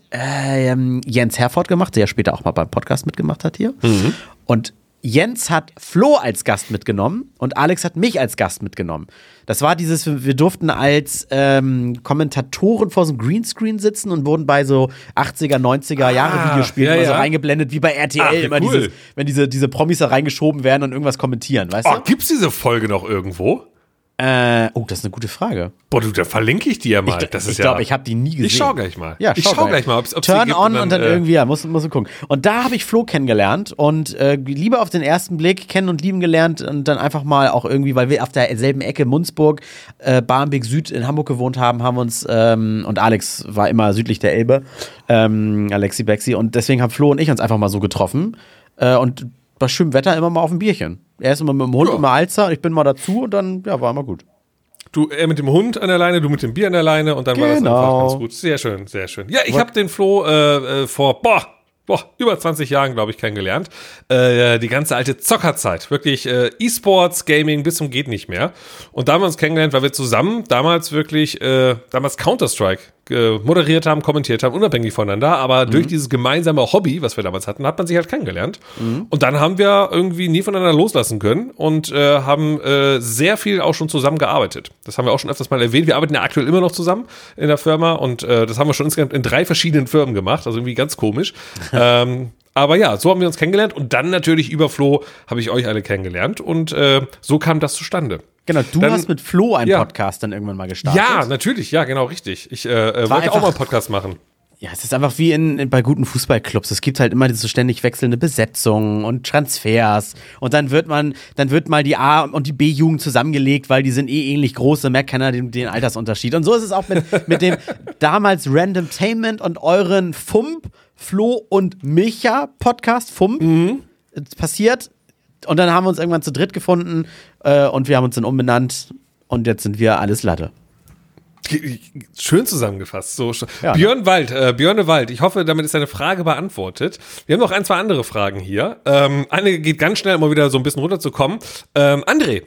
Jens Herford gemacht, der ja später auch mal beim Podcast mitgemacht hat hier. Und Jens hat Flo als Gast mitgenommen und Alex hat mich als Gast mitgenommen. Das war wir durften als Kommentatoren vor so einem Greenscreen sitzen und wurden bei so 80er, 90er Jahre Videospielen immer so reingeblendet, wie bei RTL, immer cool. wenn diese Promis da reingeschoben werden und irgendwas kommentieren, weißt du? Gibt's diese Folge noch irgendwo? Das ist eine gute Frage. Boah, da verlinke ich die ja mal. Ich glaube, ich habe die nie gesehen. Ich schau gleich mal. Ja, ich schau gleich mal, ob's Turn die gibt on und dann irgendwie, ja, musst du gucken. Und da habe ich Flo kennengelernt und Liebe auf den ersten Blick kennen und lieben gelernt und dann einfach mal auch irgendwie, weil wir auf derselben Ecke Munzburg, Barmbek Süd in Hamburg gewohnt haben wir uns, und Alex war immer südlich der Elbe, Alexi Bexi, und deswegen haben Flo und ich uns einfach mal so getroffen und bei schönem Wetter immer mal auf ein Bierchen. Er ist immer mit dem Hund, immer Alzer, ich bin mal dazu und dann, ja, war immer gut. Er mit dem Hund an der Leine, du mit dem Bier an der Leine und dann war das einfach ganz gut. Sehr schön, sehr schön. Ja, ich habe den Flo vor, über 20 Jahren, glaube ich, kennengelernt. Die ganze alte Zockerzeit. Wirklich E-Sports, Gaming bis zum geht nicht mehr. Und da haben wir uns kennengelernt, weil wir zusammen damals Counter-Strike moderiert haben, kommentiert haben, unabhängig voneinander, aber durch dieses gemeinsame Hobby, was wir damals hatten, hat man sich halt kennengelernt. Und dann haben wir irgendwie nie voneinander loslassen können und haben sehr viel auch schon zusammen gearbeitet. Das haben wir auch schon öfters mal erwähnt. Wir arbeiten ja aktuell immer noch zusammen in der Firma und das haben wir schon insgesamt in 3 verschiedenen Firmen gemacht, also irgendwie ganz komisch. Aber ja, so haben wir uns kennengelernt und dann natürlich über Flo habe ich euch alle kennengelernt und so kam das zustande. Genau, du hast mit Flo einen Podcast dann irgendwann mal gestartet. Ja, natürlich, ja, genau, richtig. Ich wollte auch mal einen Podcast machen. Ja, es ist einfach wie bei guten Fußballclubs. Es gibt halt immer diese ständig wechselnde Besetzungen und Transfers. Und dann wird mal die A- und die B-Jugend zusammengelegt, weil die sind ähnlich groß, da merkt keiner den Altersunterschied. Und so ist es auch mit dem damals Randomtainment und euren FUMP, Flo und Micha Podcast, FUMP, passiert. Und dann haben wir uns irgendwann zu dritt gefunden und wir haben uns dann umbenannt und jetzt sind wir alles Latte. Schön zusammengefasst. So. Ja, Björn Wald, ich hoffe, damit ist deine Frage beantwortet. Wir haben noch 1, 2 andere Fragen hier. Eine geht ganz schnell, um mal wieder so ein bisschen runterzukommen. André,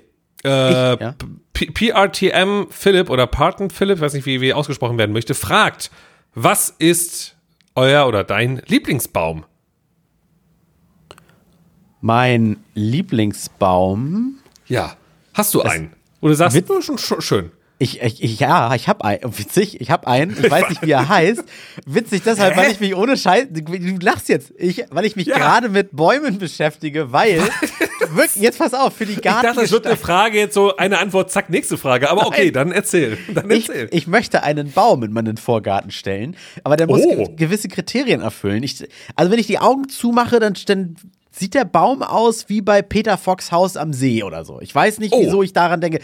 PRTM Philipp oder Parton Philipp, weiß nicht, wie ausgesprochen werden möchte, fragt, was ist euer oder dein Lieblingsbaum? Mein Lieblingsbaum. Ja. Hast du einen? Oder sagst du schon schön? Ich habe einen. Witzig, ich habe einen. Ich weiß nicht, wie er heißt. Witzig deshalb, weil ich mich ohne Scheiß. Du lachst jetzt. Weil ich mich gerade mit Bäumen beschäftige, weil. Wirklich, jetzt pass auf, für die Garten. Ich dachte, das wird eine Frage, jetzt so eine Antwort, zack, nächste Frage. Aber okay, dann erzähl. Ich möchte einen Baum in meinen Vorgarten stellen, aber der muss gewisse Kriterien erfüllen. Also, wenn ich die Augen zumache, dann sieht der Baum aus wie bei Peter Fox Haus am See oder so. Ich weiß nicht, wieso ich daran denke.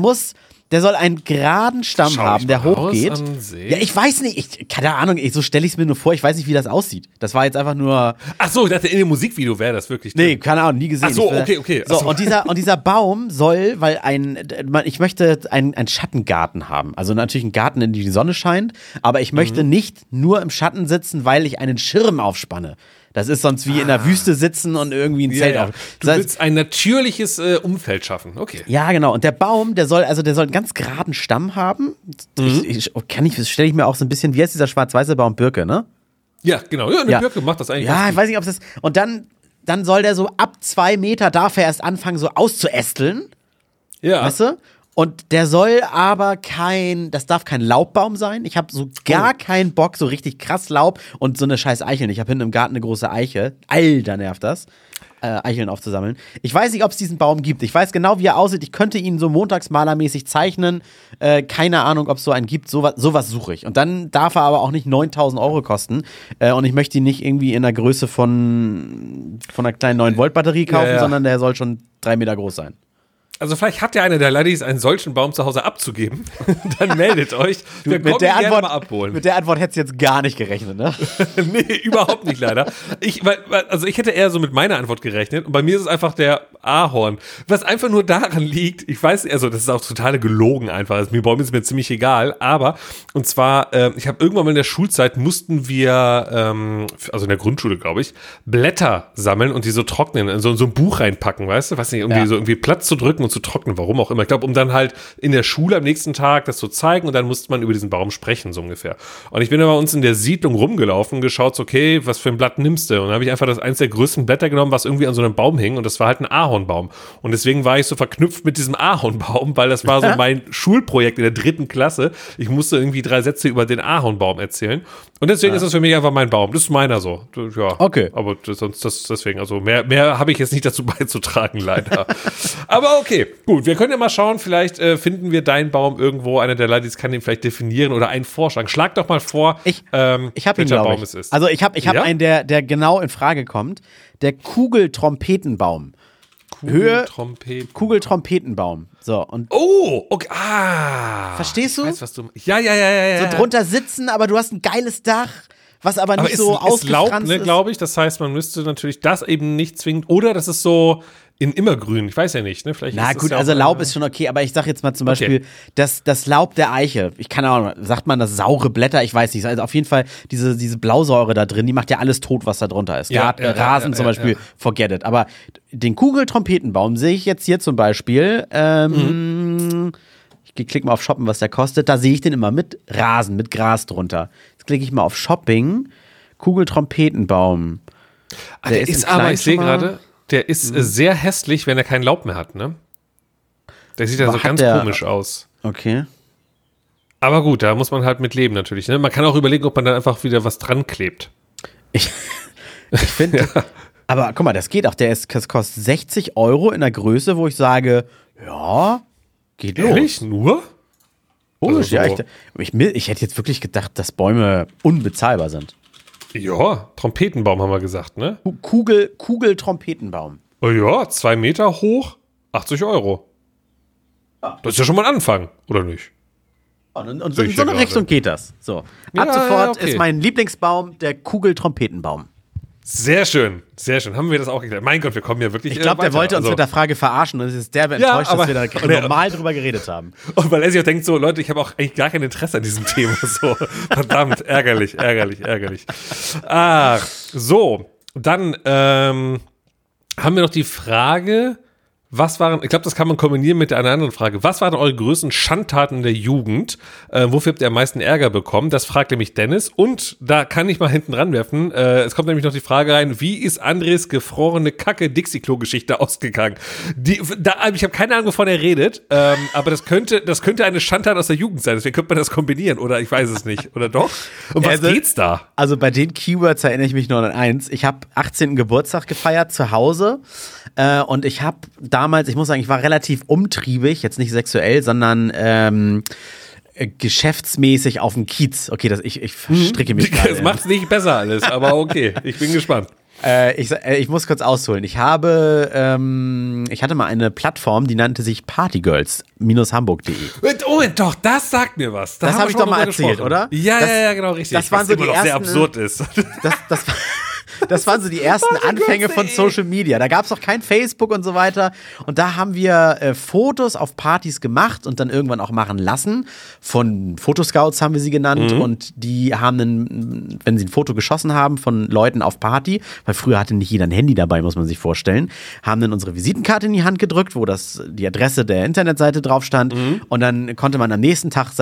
Der soll einen geraden Stamm haben, der hochgeht. Ja, ich weiß nicht, keine Ahnung, so stelle ich es mir nur vor, ich weiß nicht, wie das aussieht. Das war jetzt einfach nur. Ach so, ich dachte, in dem Musikvideo wäre das wirklich drin. Nee, keine Ahnung, nie gesehen. Ach so, okay. So, und dieser Baum soll, weil ich möchte einen Schattengarten haben. Also natürlich einen Garten, in dem die Sonne scheint, aber ich möchte nicht nur im Schatten sitzen, weil ich einen Schirm aufspanne. Das ist sonst wie in der Wüste sitzen und irgendwie ein Zelt auf. Du willst ein natürliches Umfeld schaffen, okay. Ja, genau. Und der Baum, der soll einen ganz geraden Stamm haben. Stelle ich mir auch so ein bisschen, wie heißt dieser schwarz-weiße Baum? Birke, ne? Ja, genau. Ja, eine Birke macht das eigentlich. Ja, ich weiß nicht, ob es das. Und dann soll der so ab 2 Meter, darf er erst anfangen, so auszuästeln. Ja. Weißt du? Und der soll aber das darf kein Laubbaum sein. Ich habe so gar keinen Bock, so richtig krass Laub und so eine scheiß Eicheln. Ich habe hinten im Garten eine große Eiche. Alter, nervt das. Eicheln aufzusammeln. Ich weiß nicht, ob es diesen Baum gibt. Ich weiß genau, wie er aussieht. Ich könnte ihn so montagsmalermäßig zeichnen. Keine Ahnung, ob es so einen gibt. Sowas suche ich. Und dann darf er aber auch nicht 9.000 € kosten. Und ich möchte ihn nicht irgendwie in der Größe von einer kleinen 9-Volt-Batterie kaufen, sondern der soll schon 3 Meter groß sein. Also vielleicht hat ja einer der Ladies einen solchen Baum zu Hause abzugeben. Dann meldet euch. Wir kommen ihn gerne mal abholen. Mit der Antwort hättest du jetzt gar nicht gerechnet, ne? Nee, überhaupt nicht leider. Ich hätte eher so mit meiner Antwort gerechnet. Und bei mir ist es einfach der Ahorn. Was einfach nur daran liegt, ich weiß, also das ist auch total gelogen einfach. Also Bäume ist mir ziemlich egal. Aber, und zwar, ich habe irgendwann mal in der Schulzeit mussten wir, also in der Grundschule, glaube ich, Blätter sammeln und die so trocknen, in so ein Buch reinpacken, weißt du? Weiß nicht, irgendwie Platz zu drücken und zu trocknen, warum auch immer. Ich glaube, um dann halt in der Schule am nächsten Tag das zu zeigen und dann musste man über diesen Baum sprechen, so ungefähr. Und ich bin dann bei uns in der Siedlung rumgelaufen und geschaut, so, okay, was für ein Blatt nimmst du? Und dann habe ich einfach eins der größten Blätter genommen, was irgendwie an so einem Baum hing und das war halt ein Ahornbaum. Und deswegen war ich so verknüpft mit diesem Ahornbaum, weil das war so mein Schulprojekt in der 3. Klasse. Ich musste irgendwie 3 Sätze über den Ahornbaum erzählen. Und deswegen ist das für mich einfach mein Baum. Das ist meiner so. Ja. Okay. Aber deswegen, also mehr habe ich jetzt nicht dazu beizutragen, leider. Aber okay. Gut, wir können ja mal schauen, vielleicht finden wir deinen Baum irgendwo, einer der Leute, kann den vielleicht definieren oder einen vorschlagen. Schlag doch mal vor, ich habe ihn, glaube ich. Es ist. Also ich hab einen, der genau in Frage kommt. Der Kugeltrompetenbaum. Kugeltrompetenbaum. So, und okay. Verstehst du? Ich weiß, was du ja. So drunter sitzen, aber du hast ein geiles Dach, was aber nicht so ausgefranst ist. Laub, ne, glaube ich. Das heißt, man müsste natürlich das eben nicht zwingend, oder das ist so in immergrün, ich weiß ja nicht, ne? Vielleicht na gut, also Laub ist schon okay, aber ich sag jetzt mal zum Beispiel, das Laub der Eiche, ich kann auch, sagt man das saure Blätter, ich weiß nicht, also auf jeden Fall diese Blausäure da drin, die macht ja alles tot, was da drunter ist. Rasen zum Beispiel, forget it. Aber den Kugeltrompetenbaum sehe ich jetzt hier zum Beispiel, ich klicke mal auf Shoppen, was der kostet, da sehe ich den immer mit Rasen, mit Gras drunter. Jetzt klicke ich mal auf Shopping, Kugeltrompetenbaum. Der ist aber, ich sehe gerade, der ist sehr hässlich, wenn er kein Laub mehr hat, ne? Der sieht ja so ganz komisch aus. Okay. Aber gut, da muss man halt mit leben natürlich, ne? Man kann auch überlegen, ob man dann einfach wieder was dran klebt. Ich finde, aber guck mal, das geht auch. Das kostet 60 € in der Größe, wo ich sage, ja, geht los. Ehrlich? Nur? Komisch, also so. Ich hätte jetzt wirklich gedacht, dass Bäume unbezahlbar sind. Ja, Trompetenbaum haben wir gesagt, ne? Kugeltrompetenbaum. Oh ja, 2 Meter hoch, 80 €. Das ist ja schon mal ein Anfang, oder nicht? Und in so eine Richtung geht das. So. Ab sofort ist mein Lieblingsbaum der Kugeltrompetenbaum. Sehr schön, sehr schön. Haben wir das auch geklärt? Mein Gott, wir kommen ja wirklich. Ich glaube, der wollte uns mit der Frage verarschen und es ist derbe enttäuscht, dass wir da normal drüber geredet haben. Und weil er sich auch denkt, so, Leute, ich habe auch eigentlich gar kein Interesse an diesem Thema. So, verdammt, ärgerlich. Ach, so, dann haben wir noch die Frage, ich glaube, das kann man kombinieren mit einer anderen Frage. Was waren eure größten Schandtaten in der Jugend? Wofür habt ihr am meisten Ärger bekommen? Das fragt nämlich Dennis. Und da kann ich mal hinten ranwerfen. Es kommt nämlich noch die Frage rein, wie ist Andres gefrorene Kacke-Dixie-Klo-Geschichte ausgegangen? Ich habe keine Ahnung, wovon er redet. Aber das könnte eine Schandtat aus der Jugend sein. Deswegen könnte man das kombinieren. Oder ich weiß es nicht. Oder doch? Um was geht's da? Also bei den Keywords erinnere ich mich nur an eins. Ich habe 18. Geburtstag gefeiert zu Hause. Und ich habe damals, ich muss sagen, ich war relativ umtriebig, jetzt nicht sexuell, sondern geschäftsmäßig auf dem Kiez. Okay, ich verstricke mich gerade. Das macht's nicht besser alles, aber okay, ich bin gespannt. Ich muss kurz ausholen. Ich hatte mal eine Plattform, die nannte sich partygirls-hamburg.de. Oh, doch, das sagt mir was. Das habe ich doch mal erzählt, oder? Ja, genau, richtig. Das waren so die ersten, sehr absurd ist. Das waren so die ersten Anfänge von Social Media. Da gab es noch kein Facebook und so weiter. Und da haben wir Fotos auf Partys gemacht und dann irgendwann auch machen lassen. Von Fotoscouts haben wir sie genannt. Und die haben wenn sie ein Foto geschossen haben von Leuten auf Party, weil früher hatte nicht jeder ein Handy dabei, muss man sich vorstellen, haben dann unsere Visitenkarte in die Hand gedrückt, wo die Adresse der Internetseite drauf stand. Und dann konnte man am nächsten Tag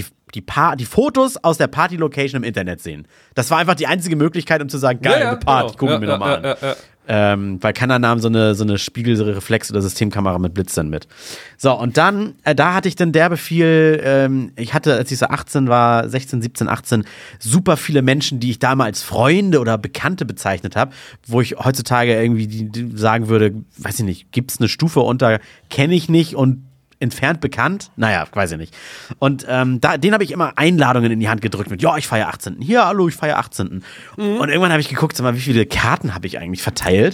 die Fotos aus der Party-Location im Internet sehen. Das war einfach die einzige Möglichkeit, um zu sagen, geil, eine Party, gucken wir mir nochmal an. Weil keiner nahm so eine Spiegelreflex- oder Systemkamera mit Blitz dann mit. So, und dann, da hatte ich dann derbe viel, ich hatte, als ich so 18 war, 16, 17, 18, super viele Menschen, die ich damals als Freunde oder Bekannte bezeichnet habe, wo ich heutzutage irgendwie die sagen würde, weiß ich nicht, gibt's eine Stufe unter, kenne ich nicht und entfernt bekannt? Naja, weiß ich nicht. Und den habe ich immer Einladungen in die Hand gedrückt mit, ja, ich feiere 18. Hier, hallo, ich feiere 18. Und irgendwann habe ich geguckt, sag mal, wie viele Karten habe ich eigentlich verteilt?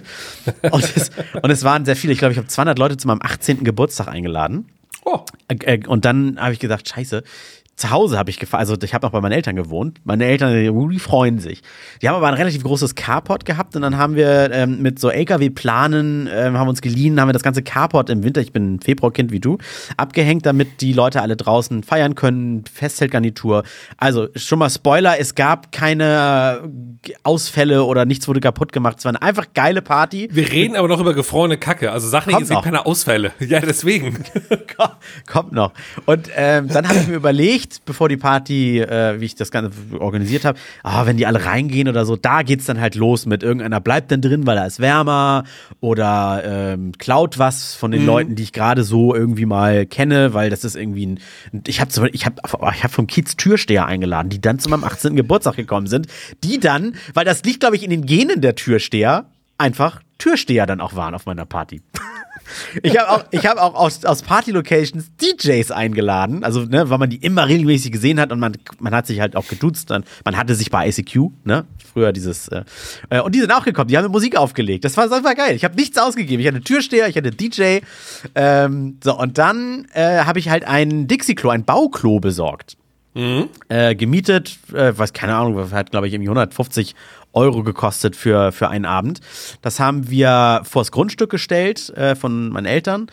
Und es waren sehr viele. Ich glaube, ich habe 200 Leute zu meinem 18. Geburtstag eingeladen. Oh. Und dann habe ich gedacht, scheiße, zu Hause habe ich gefeiert, also ich habe noch bei meinen Eltern gewohnt. Meine Eltern, die freuen sich. Die haben aber ein relativ großes Carport gehabt und dann haben wir mit so LKW-Planen, haben uns geliehen, haben wir das ganze Carport im Winter, ich bin ein Februarkind wie du, abgehängt, damit die Leute alle draußen feiern können, Festzeltgarnitur. Also schon mal Spoiler, es gab keine Ausfälle oder nichts wurde kaputt gemacht. Es war eine einfach geile Party. Wir reden aber noch über gefrorene Kacke, also sag nicht, es gibt keine Ausfälle. Ja, deswegen. Kommt noch. Und dann habe ich mir überlegt, bevor die Party, wie ich das Ganze organisiert habe, wenn die alle reingehen oder so, da geht's dann halt los mit irgendeiner bleibt dann drin, weil da ist wärmer oder klaut was von den Leuten, die ich gerade so irgendwie mal kenne, weil das ist irgendwie ich hab vom Kiez Türsteher eingeladen, die dann zu meinem 18. Geburtstag gekommen sind, die dann, weil das liegt, glaube ich, in den Genen der Türsteher, einfach Türsteher dann auch waren auf meiner Party. Ich habe auch aus Party-Locations DJs eingeladen, also ne, weil man die immer regelmäßig gesehen hat und man hat sich halt auch geduzt, man hatte sich bei ICQ, ne, früher dieses und die sind auch gekommen, die haben Musik aufgelegt, das war geil, ich habe nichts ausgegeben, ich hatte Türsteher, ich hatte DJ, so und dann habe ich halt ein Dixie-Klo, ein Bauklo besorgt. Gemietet, keine Ahnung, hat glaube ich irgendwie 150 € gekostet für einen Abend. Das haben wir vors Grundstück gestellt von meinen Eltern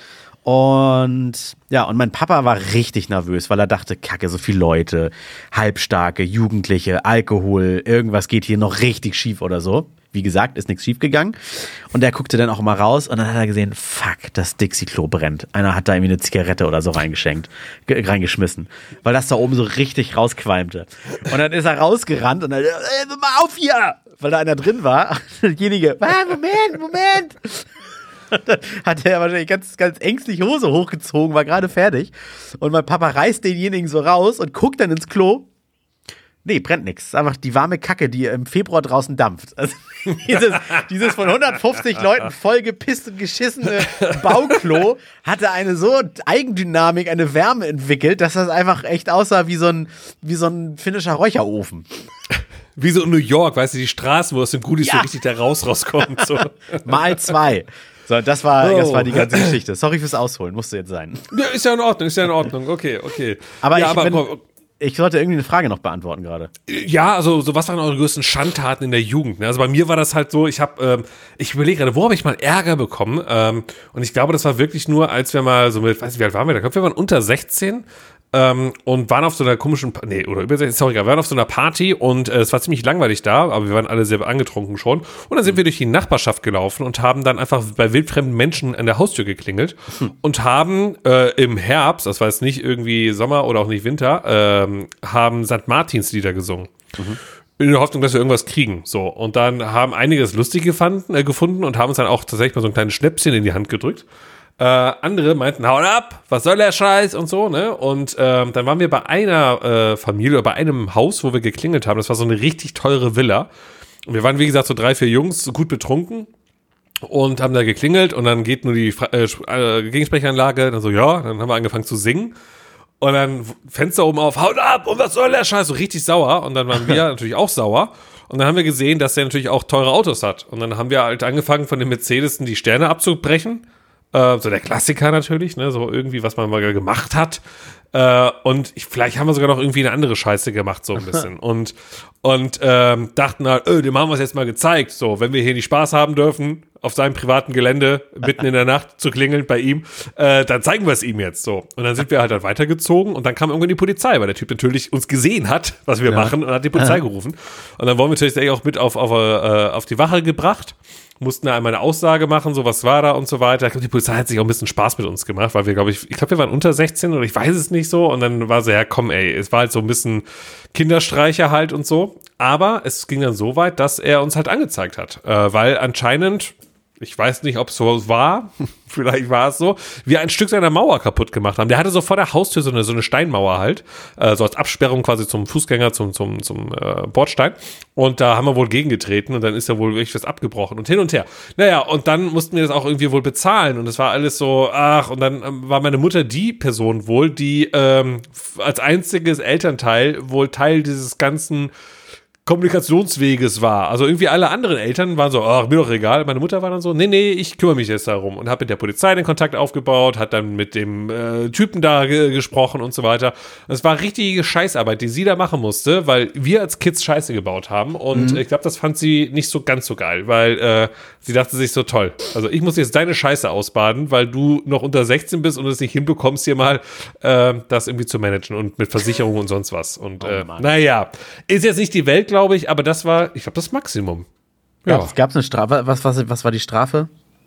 und ja, und mein Papa war richtig nervös, weil er dachte, Kacke, so viele Leute, Halbstarke, Jugendliche, Alkohol, irgendwas geht hier noch richtig schief oder so. Wie gesagt, ist nichts schief gegangen. Und er guckte dann auch mal raus und dann hat er gesehen, fuck, das Dixie-Klo brennt. Einer hat da irgendwie eine Zigarette oder so reingeschmissen. Weil das da oben so richtig rausqualmte. Und dann ist er rausgerannt und dann, mal auf hier! Weil da einer drin war. Derjenige, Moment! Und dann hat er wahrscheinlich ganz, ganz ängstlich Hose hochgezogen, war gerade fertig. Und mein Papa reißt denjenigen so raus und guckt dann ins Klo. Nee, brennt nichts. Ist einfach die warme Kacke, die im Februar draußen dampft. Also dieses von 150 Leuten voll gepisst und geschissene Bauklo hatte eine so Eigendynamik, eine Wärme entwickelt, dass das einfach echt aussah wie so ein finnischer Räucherofen. Wie so in New York, weißt du, die Straßen, wo aus dem Goodies so richtig da rauskommt. So. Mal 2. So, das war die ganze Geschichte. Sorry fürs Ausholen, musste jetzt sein. Ja, ist ja in Ordnung. Okay. Aber ich sollte irgendwie eine Frage noch beantworten gerade. Ja, also so was waren eure größten Schandtaten in der Jugend? Ne? Also bei mir war das halt so, ich überlege gerade, wo habe ich mal Ärger bekommen? Und ich glaube, das war wirklich nur, als wir mal so mit, weiß nicht, wie alt waren wir da? Ich glaube, wir waren unter 16. und waren auf so einer komischen, wir waren auf so einer Party und es war ziemlich langweilig da, aber wir waren alle sehr angetrunken schon. Und dann sind wir durch die Nachbarschaft gelaufen und haben dann einfach bei wildfremden Menschen an der Haustür geklingelt und haben im Herbst, das war jetzt nicht irgendwie Sommer oder auch nicht Winter, haben St. Martins Lieder gesungen. In der Hoffnung, dass wir irgendwas kriegen. So. Und dann haben einige es lustig gefunden und haben uns dann auch tatsächlich mal so ein kleines Schnäpschen in die Hand gedrückt. Andere meinten, haut ab, was soll der Scheiß und so, ne? Und dann waren wir bei einer Familie oder bei einem Haus, wo wir geklingelt haben. Das war so eine richtig teure Villa. Und wir waren, wie gesagt, so 3, 4 Jungs, gut betrunken und haben da geklingelt und dann geht nur die Gegensprechanlage, dann so, ja, dann haben wir angefangen zu singen. Und dann Fenster oben auf, haut ab und was soll der Scheiß, so richtig sauer. Und dann waren wir natürlich auch sauer. Und dann haben wir gesehen, dass der natürlich auch teure Autos hat. Und dann haben wir halt angefangen, von den Mercedesen die Sterne abzubrechen. So der Klassiker natürlich, ne, so irgendwie, was man mal gemacht hat. Und vielleicht haben wir sogar noch irgendwie eine andere Scheiße gemacht, so ein bisschen. und dachten halt, dem haben wir es jetzt mal gezeigt. So, wenn wir hier nicht Spaß haben dürfen, auf seinem privaten Gelände, mitten in der Nacht zu klingeln bei ihm, dann zeigen wir es ihm jetzt so. Und dann sind wir halt weitergezogen und dann kam irgendwann die Polizei, weil der Typ natürlich uns gesehen hat, was wir machen, und hat die Polizei gerufen. Und dann wurden wir natürlich auch mit auf die Wache gebracht. Mussten da einmal eine Aussage machen, so was war da und so weiter. Ich glaube, die Polizei hat sich auch ein bisschen Spaß mit uns gemacht, weil wir, ich glaube, wir waren unter 16 oder ich weiß es nicht so. Und dann war so, ja komm ey, es war halt so ein bisschen Kinderstreicher halt und so. Aber es ging dann so weit, dass er uns halt angezeigt hat. Weil anscheinend, ich weiß nicht, ob es so war, vielleicht war es so, wir ein Stück seiner Mauer kaputt gemacht haben. Der hatte so vor der Haustür so eine Steinmauer halt, so als Absperrung quasi zum Fußgänger, zum Bordstein. Und da haben wir wohl gegengetreten und dann ist ja wohl wirklich was abgebrochen und hin und her. Naja, und dann mussten wir das auch irgendwie wohl bezahlen und es war alles so, und dann war meine Mutter die Person wohl, die als einziges Elternteil wohl Teil dieses ganzen Kommunikationsweges war. Also irgendwie alle anderen Eltern waren so, mir doch egal. Meine Mutter war dann so, nee, ich kümmere mich jetzt darum. Und habe mit der Polizei den Kontakt aufgebaut, hat dann mit dem Typen da gesprochen und so weiter. Und es war richtige Scheißarbeit, die sie da machen musste, weil wir als Kids Scheiße gebaut haben. Und ich glaube, das fand sie nicht so ganz so geil, weil sie dachte sich so, toll. Also ich muss jetzt deine Scheiße ausbaden, weil du noch unter 16 bist und es nicht hinbekommst, hier mal das irgendwie zu managen und mit Versicherung und sonst was. Und naja, ist jetzt nicht die Welt, glaube ich, aber das war, ich glaube, das Maximum. Ja. Gab es eine Strafe? Was war die Strafe?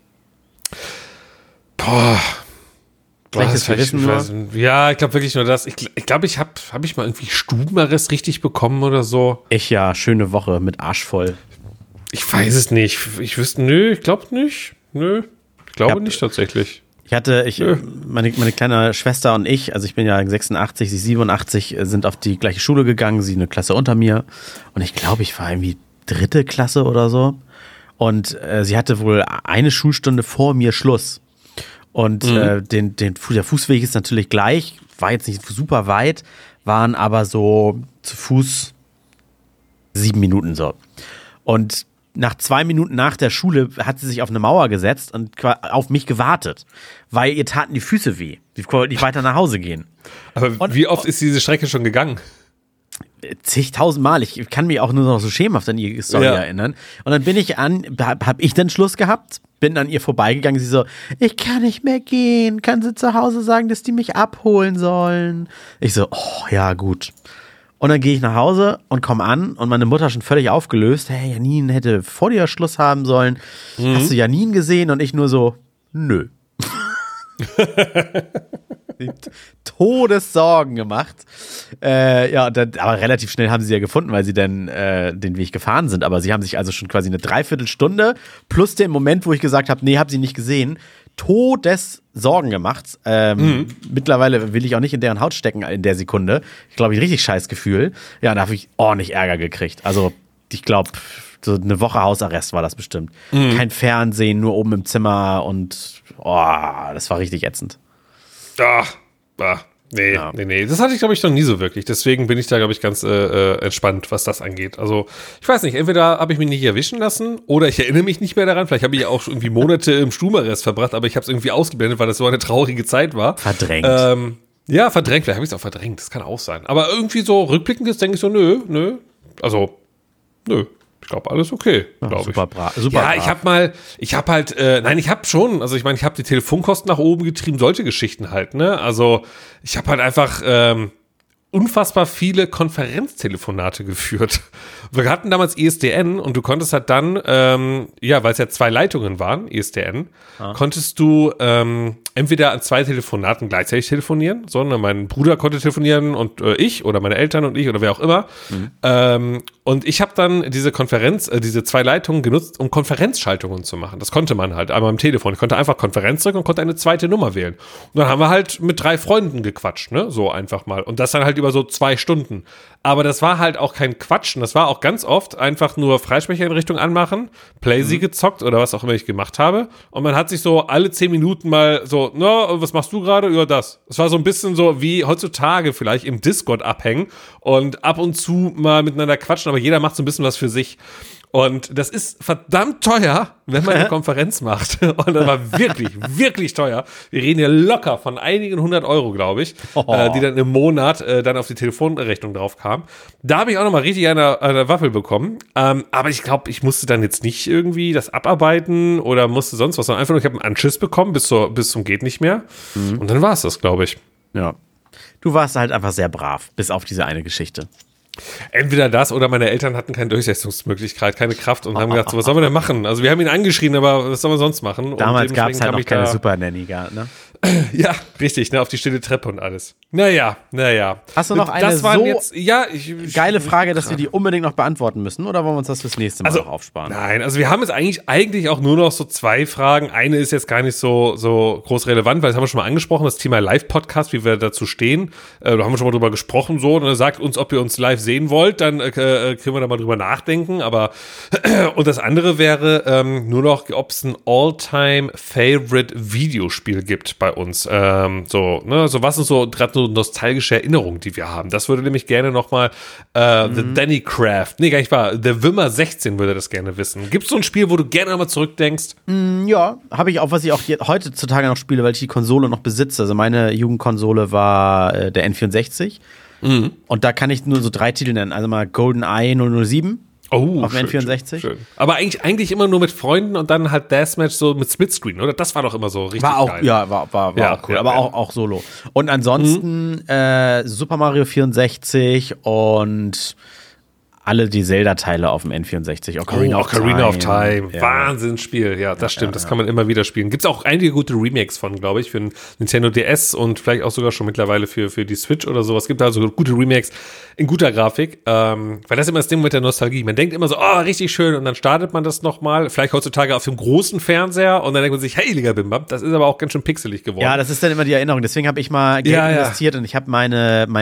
Boah. Schlechtes Verwissen nur? Ja, ich glaube wirklich nur das. Ich glaube, hab ich mal irgendwie Stubenarrest richtig bekommen oder so. Schöne Woche mit Arsch voll. Ich weiß es nicht. Ich glaube nicht. Nö, ich glaube nicht tatsächlich. Meine kleine Schwester und ich, also ich bin ja 86, sie 87, sind auf die gleiche Schule gegangen, sie eine Klasse unter mir. Und ich glaube, ich war irgendwie 3. Klasse oder so. Und sie hatte wohl eine Schulstunde vor mir Schluss. Und der Fußweg ist natürlich gleich, war jetzt nicht super weit, waren aber so zu Fuß 7 Minuten so. Und nach 2 Minuten nach der Schule hat sie sich auf eine Mauer gesetzt und auf mich gewartet, weil ihr taten die Füße weh. Sie wollte nicht weiter nach Hause gehen. Aber wie oft ist diese Strecke schon gegangen? Zigtausend Mal. Ich kann mich auch nur noch so schemenhaft an ihre Story erinnern. Und dann hab ich dann Schluss gehabt, bin an ihr vorbeigegangen. Sie so, ich kann nicht mehr gehen. Kann sie zu Hause sagen, dass die mich abholen sollen? Ich so, ja, gut. Und dann gehe ich nach Hause und komme an und meine Mutter schon völlig aufgelöst. Hey, Janine hätte vor dir Schluss haben sollen. Hast du Janine gesehen? Und ich nur so, nö. Todessorgen gemacht. Aber relativ schnell haben sie ja gefunden, weil sie dann den Weg gefahren sind. Aber sie haben sich also schon quasi eine Dreiviertelstunde plus den Moment, wo ich gesagt habe, nee, hab sie nicht gesehen, Todessorgen gemacht. Mittlerweile will ich auch nicht in deren Haut stecken in der Sekunde. Ich glaube, ein richtig scheiß Gefühl. Ja, da habe ich ordentlich Ärger gekriegt. Also, ich glaube, so eine Woche Hausarrest war das bestimmt. Kein Fernsehen, nur oben im Zimmer und das war richtig ätzend. Nee. Das hatte ich, glaube ich, noch nie so wirklich. Deswegen bin ich da, glaube ich, ganz entspannt, was das angeht. Also, ich weiß nicht, entweder habe ich mich nicht erwischen lassen oder ich erinnere mich nicht mehr daran. Vielleicht habe ich ja auch irgendwie Monate im Stubenarrest verbracht, aber ich habe es irgendwie ausgeblendet, weil das so eine traurige Zeit war. Verdrängt. Verdrängt. Vielleicht habe ich es auch verdrängt. Das kann auch sein. Aber irgendwie so rückblickend ist, denke ich so, nö. Also, nö. Ich glaube, alles okay, glaube ich. Super brav. Super Ja, brav. ich habe schon, also ich meine, ich habe die Telefonkosten nach oben getrieben, solche Geschichten halt, ne? Also ich habe halt einfach unfassbar viele Konferenztelefonate geführt. Wir hatten damals ISDN und du konntest halt dann, weil es ja 2 Leitungen waren, ISDN, konntest du entweder an 2 Telefonaten gleichzeitig telefonieren, sondern mein Bruder konnte telefonieren und ich oder meine Eltern und ich oder wer auch immer. Und ich habe dann diese 2 Leitungen genutzt, um Konferenzschaltungen zu machen. Das konnte man halt einmal am Telefon. Ich konnte einfach Konferenz drücken und konnte eine zweite Nummer wählen. Und dann haben wir halt mit 3 Freunden gequatscht, ne? So einfach mal. Und das dann halt über so 2 Stunden. Aber das war halt auch kein Quatschen. Das war auch ganz oft einfach nur Freisprecheinrichtung anmachen, Playsee gezockt oder was auch immer ich gemacht habe. Und man hat sich so alle 10 Minuten mal so, was machst du gerade? Ja, das. Es war so ein bisschen so wie heutzutage vielleicht im Discord abhängen und ab und zu mal miteinander quatschen, aber jeder macht so ein bisschen was für sich. Und das ist verdammt teuer, wenn man eine Konferenz macht. Und das war wirklich, wirklich teuer. Wir reden hier locker von einigen 100 Euro, glaube ich, die dann im Monat dann auf die Telefonrechnung drauf kamen. Da habe ich auch nochmal richtig eine Waffel bekommen. Aber ich glaube, ich musste dann jetzt nicht irgendwie das abarbeiten oder musste sonst was, sondern einfach nur, ich habe einen Anschiss bekommen bis zum geht nicht mehr. Und dann war es das, glaube ich. Ja. Du warst halt einfach sehr brav, bis auf diese eine Geschichte. Entweder das oder meine Eltern hatten keine Durchsetzungsmöglichkeit, keine Kraft und haben gedacht, so, was sollen wir denn machen? Also wir haben ihn angeschrien, aber was sollen wir sonst machen? Damals gab es halt noch keine Super-Nanny, ne? Ja, richtig, ne, auf die stille Treppe und alles. Naja. Hast du noch eine geile Frage, dass wir die unbedingt noch beantworten müssen, oder wollen wir uns das fürs nächste Mal noch aufsparen? Nein, also wir haben jetzt eigentlich auch nur noch so 2 Fragen. Eine ist jetzt gar nicht so groß relevant, weil das haben wir schon mal angesprochen, das Thema Live-Podcast, wie wir dazu stehen. Da haben wir schon mal drüber gesprochen, so, und dann sagt uns, ob ihr uns live sehen wollt, dann können wir da mal drüber nachdenken, aber und das andere wäre nur noch, ob es ein All-Time-Favorite-Videospiel gibt bei uns. So was ist so gerade so nostalgische Erinnerungen, die wir haben. Das würde nämlich gerne nochmal The Danny Craft, nee, gar nicht wahr, The Wimmer 16 würde das gerne wissen. Gibt es so ein Spiel, wo du gerne nochmal zurückdenkst? Ja, habe ich auch, was ich auch heutzutage noch spiele, weil ich die Konsole noch besitze. Also meine Jugendkonsole war der N64. Und da kann ich nur so 3 Titel nennen. Also mal GoldenEye 007. Auf dem N64. Schön. Aber eigentlich immer nur mit Freunden und dann halt Deathmatch so mit Splitscreen, oder? Das war doch immer so richtig geil. Ja, war auch cool, aber auch solo. Und ansonsten Super Mario 64 und alle die Zelda-Teile auf dem N64. Ocarina of Time. Ja. Wahnsinnsspiel. Ja, das stimmt. Das kann man immer wieder spielen. Gibt es auch einige gute Remakes von, glaube ich, für den Nintendo DS und vielleicht auch sogar schon mittlerweile für die Switch oder sowas. Gibt also gute Remakes in guter Grafik. Weil das ist immer das Ding mit der Nostalgie. Man denkt immer so, richtig schön. Und dann startet man das nochmal. Vielleicht heutzutage auf dem großen Fernseher. Und dann denkt man sich, hey, lieber Bimbam, das ist aber auch ganz schön pixelig geworden. Ja, das ist dann immer die Erinnerung. Deswegen habe ich mal Geld investiert und ich habe mein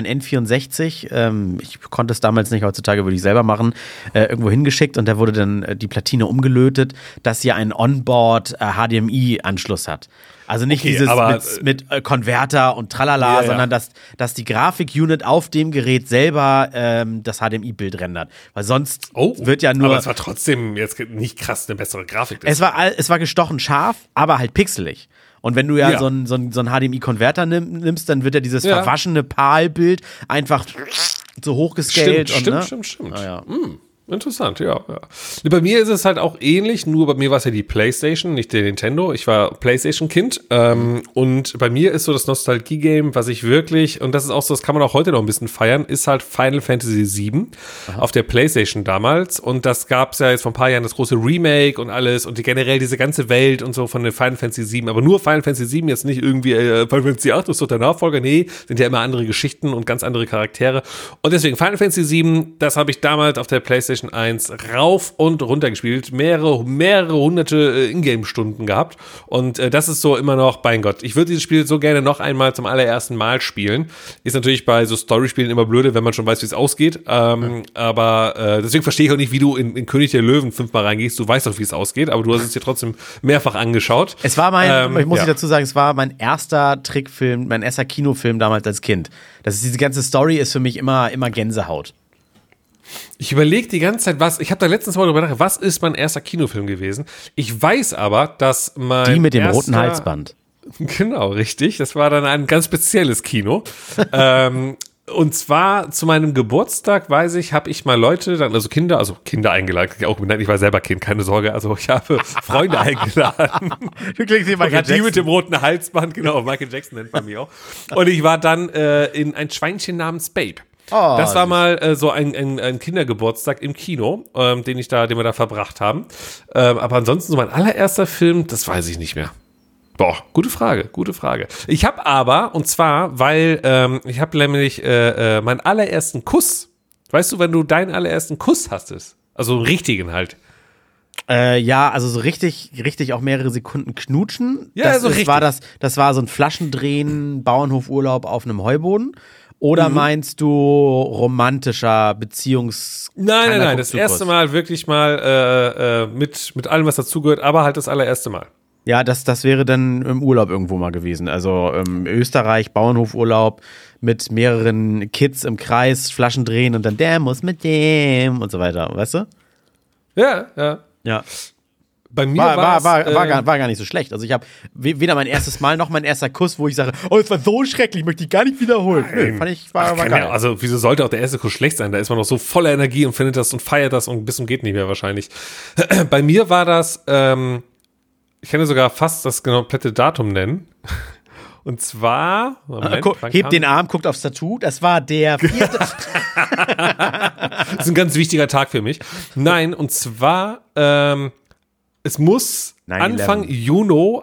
N64, ich konnte es damals nicht, heutzutage würde ich selber machen, irgendwo hingeschickt und da wurde dann die Platine umgelötet, dass sie einen Onboard HDMI-Anschluss hat. Also nicht dieses mit Konverter und tralala, sondern dass die Grafik-Unit auf dem Gerät selber das HDMI-Bild rendert. Weil sonst wird ja nur... Aber es war trotzdem jetzt nicht krass eine bessere Grafik. Es war gestochen scharf, aber halt pixelig. Und wenn du so einen HDMI-Konverter nimmst, dann wird ja dieses verwaschene PAL-Bild einfach so hochgescaled. Stimmt. Interessant, ja. Bei mir ist es halt auch ähnlich, nur bei mir war es ja die PlayStation, nicht der Nintendo. Ich war PlayStation-Kind und bei mir ist so das Nostalgie-Game, was ich wirklich, und das ist auch so, das kann man auch heute noch ein bisschen feiern, ist halt Final Fantasy VII auf der PlayStation damals. Und das gab es ja jetzt vor ein paar Jahren, das große Remake und alles und generell diese ganze Welt und so von der Final Fantasy VII. Aber nur Final Fantasy VII, jetzt nicht irgendwie Final Fantasy VIII, das ist doch der Nachfolger. Nee, sind ja immer andere Geschichten und ganz andere Charaktere. Und deswegen Final Fantasy VII, das habe ich damals auf der PlayStation 1 rauf und runter gespielt, mehrere hunderte Ingame-Stunden gehabt und das ist so immer noch, mein Gott, ich würde dieses Spiel so gerne noch einmal zum allerersten Mal spielen. Ist natürlich bei so Story-Spielen immer blöde, wenn man schon weiß, wie es ausgeht, aber deswegen verstehe ich auch nicht, wie du in König der Löwen 5-mal reingehst, du weißt doch, wie es ausgeht, aber du hast es dir trotzdem mehrfach angeschaut. Es war muss ich dazu sagen, es war mein erster Trickfilm, mein erster Kinofilm damals als Kind. Diese ganze Story ist für mich immer Gänsehaut. Ich überlege die ganze Zeit, ich habe da letztens mal drüber nachgedacht, was ist mein erster Kinofilm gewesen? Ich weiß aber, dass Die mit dem roten Halsband. Genau, richtig. Das war dann ein ganz spezielles Kino. Und zwar zu meinem Geburtstag, weiß ich, habe ich mal Leute, also Kinder eingeladen. Ich war selber Kind, keine Sorge. Also ich habe Freunde eingeladen. Du klingst wie Michael Jackson. Die mit dem roten Halsband, genau, Michael Jackson nennt man mich auch. Und ich war dann in ein Schweinchen namens Babe. Oh, das war mal so ein Kindergeburtstag im Kino, den wir da verbracht haben. Aber ansonsten so mein allererster Film, das weiß ich nicht mehr. Boah, gute Frage. Ich habe aber, und zwar, weil ich habe nämlich meinen allerersten Kuss, weißt du, wenn du deinen allerersten Kuss hastest, also einen richtigen halt. Ja, also so richtig auch mehrere Sekunden knutschen. Ja, so richtig. Das war so ein Flaschendrehen, Bauernhofurlaub auf einem Heuboden. Oder meinst du romantischer Nein, das erste Mal wirklich mal mit allem, was dazugehört, aber halt das allererste Mal. Ja, das wäre dann im Urlaub irgendwo mal gewesen. Also Österreich, Bauernhofurlaub mit mehreren Kids im Kreis, Flaschen drehen und dann der muss mit dem und so weiter, weißt du? Ja. Bei mir war gar nicht so schlecht. Also ich habe weder mein erstes Mal noch mein erster Kuss, wo ich sage, oh, es war so schrecklich, möchte ich gar nicht wiederholen. War geil. Ja, also wieso sollte auch der erste Kuss schlecht sein? Da ist man noch so voller Energie und findet das und feiert das und bis zum geht nicht mehr wahrscheinlich. Bei mir war das, ich kann dir sogar fast das komplette Datum nennen. Und zwar, hebt den Arm, guckt aufs Tattoo. Das war der 4. Das ist ein ganz wichtiger Tag für mich. Nein, und zwar, es muss Anfang Juni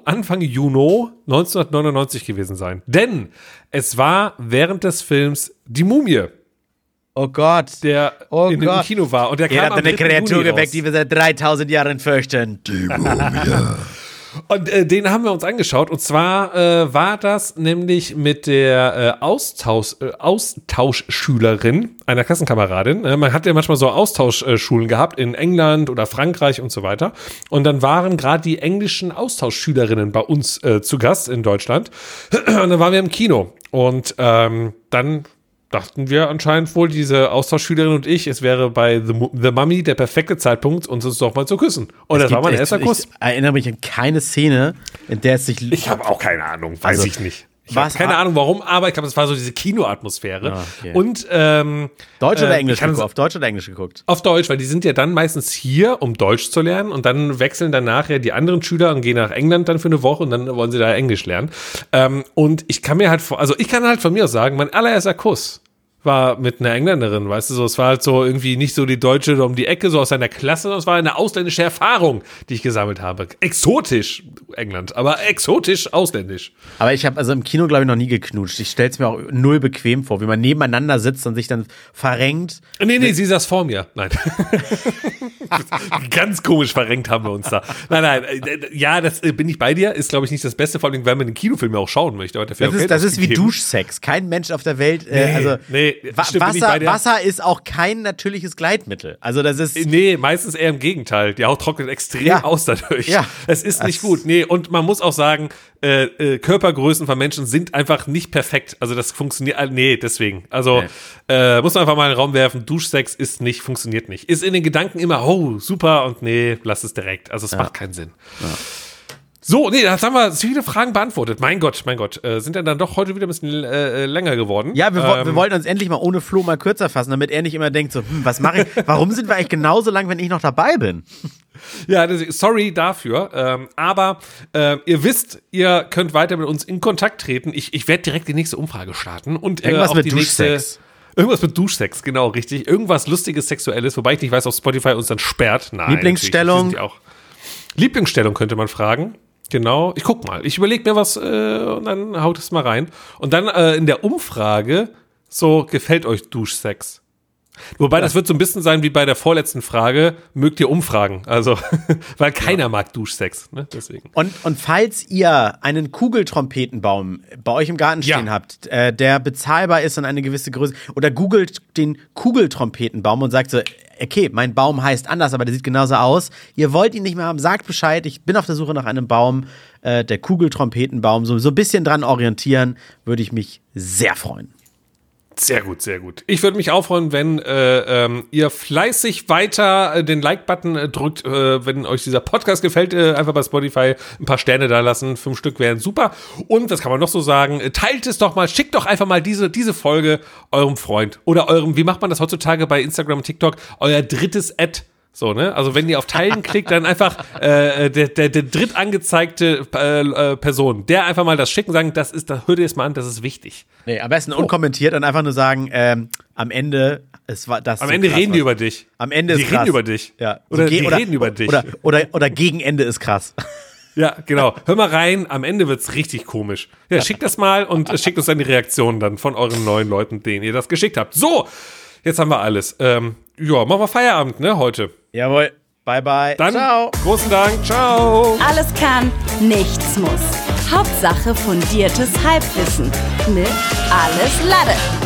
1999 gewesen sein. Denn es war während des Films Die Mumie. Oh Gott. Der im Kino war. Und der kam hat eine Kreatur geweckt, die wir seit 3000 Jahren fürchten. Die Mumie. Und den haben wir uns angeschaut. Und zwar war das nämlich mit der Austauschschülerin einer Klassenkameradin. Man hat ja manchmal so Austauschschulen gehabt in England oder Frankreich und so weiter. Und dann waren gerade die englischen Austauschschülerinnen bei uns zu Gast in Deutschland. Und dann waren wir im Kino. Und dann dachten wir anscheinend wohl, diese Austauschschülerin und ich, es wäre bei The Mummy der perfekte Zeitpunkt, uns doch mal zu küssen. Und das war mein erster Kuss. Ich erinnere mich an keine Szene, in der es sich... Ich habe auch keine Ahnung, weiß ich nicht. Ich habe keine Ahnung warum, aber ich glaube, das war so diese Kinoatmosphäre. Okay. Und Deutsch oder Englisch geguckt? Auf Deutsch oder Englisch geguckt? Auf Deutsch, weil die sind ja dann meistens hier, um Deutsch zu lernen und dann wechseln dann nachher die anderen Schüler und gehen nach England dann für eine Woche und dann wollen sie da Englisch lernen. Und ich kann halt von mir aus sagen, mein allererster Kuss war mit einer Engländerin, weißt du, so, es war halt so irgendwie nicht so die Deutsche um die Ecke, so aus seiner Klasse, sondern es war eine ausländische Erfahrung, die ich gesammelt habe. Exotisch England, aber exotisch ausländisch. Aber ich habe also im Kino, glaube ich, noch nie geknutscht. Ich stelle es mir auch null bequem vor, wie man nebeneinander sitzt und sich dann verrenkt. Nee, sie saß vor mir. Nein. Ganz komisch verrenkt haben wir uns da. Nein, ja, das bin ich bei dir, ist, glaube ich, nicht das Beste, vor allem, weil man den Kinofilm ja auch schauen möchte. Aber das ist wie Duschsex. Kein Mensch auf der Welt, Wasser ist auch kein natürliches Gleitmittel. Also das ist... Nee, meistens eher im Gegenteil. Die Haut trocknet extrem aus dadurch. Ja. Es ist nicht gut. Nee, und man muss auch sagen, Körpergrößen von Menschen sind einfach nicht perfekt. Also das funktioniert, deswegen. Also muss man einfach mal in den Raum werfen, Duschsex funktioniert nicht. Ist in den Gedanken immer, oh, super, und nee, lass es direkt. Also es macht keinen Sinn. Ja. So, jetzt haben wir viele Fragen beantwortet. Mein Gott. Sind dann doch heute wieder ein bisschen länger geworden. Ja, wir wollten uns endlich mal ohne Flo mal kürzer fassen, damit er nicht immer denkt so, was mache ich? Warum sind wir eigentlich genauso lang, wenn ich noch dabei bin? Ja, sorry dafür. Aber ihr wisst, ihr könnt weiter mit uns in Kontakt treten. Ich werde direkt die nächste Umfrage starten. Und irgendwas mit Duschsex. Irgendwas mit Duschsex, genau, richtig. Irgendwas Lustiges, Sexuelles, wobei ich nicht weiß, ob Spotify uns dann sperrt. Nein. Lieblingsstellung? Lieblingsstellung könnte man fragen. Genau, ich guck mal. Ich überlege mir was und dann haut es mal rein. Und dann in der Umfrage, so, gefällt euch Duschsex? Wobei, das wird so ein bisschen sein wie bei der vorletzten Frage, mögt ihr Umfragen? Also, weil keiner mag Duschsex, ne? Deswegen. Und falls ihr einen Kugeltrompetenbaum bei euch im Garten stehen habt, der bezahlbar ist und eine gewisse Größe, oder googelt den Kugeltrompetenbaum und sagt so, okay, mein Baum heißt anders, aber der sieht genauso aus. Ihr wollt ihn nicht mehr haben, sagt Bescheid, ich bin auf der Suche nach einem Baum, der Kugeltrompetenbaum, so ein bisschen dran orientieren, würde ich mich sehr freuen. Sehr gut, sehr gut. Ich würde mich auch freuen, wenn ihr fleißig weiter den Like-Button drückt, wenn euch dieser Podcast gefällt, einfach bei Spotify ein paar Sterne da lassen. 5 Stück wären super. Und, was kann man noch so sagen, teilt es doch mal, schickt doch einfach mal diese Folge eurem Freund oder eurem, wie macht man das heutzutage bei Instagram und TikTok, euer drittes Ad. So, ne? Also wenn ihr auf Teilen klickt, dann einfach der dritt angezeigte Person, der einfach mal das schicken, sagen, das hört ihr es mal an, das ist wichtig. Nee, am besten unkommentiert und einfach nur sagen, am Ende, es war das. Am Ende krass, reden die über dich. Am Ende ist krass. Die reden über dich. Ja. Oder die reden über dich. Oder gegen Ende ist krass. Ja, genau. Hör mal rein, am Ende wird's richtig komisch. Ja, schickt das mal und schickt uns dann die Reaktionen dann von euren neuen Leuten, denen ihr das geschickt habt. So, jetzt haben wir alles. Machen wir Feierabend, ne, heute. Jawohl. Bye, bye. Dann ciao. Großen Dank. Ciao. Alles kann, nichts muss. Hauptsache fundiertes Halbwissen mit Alles Lade.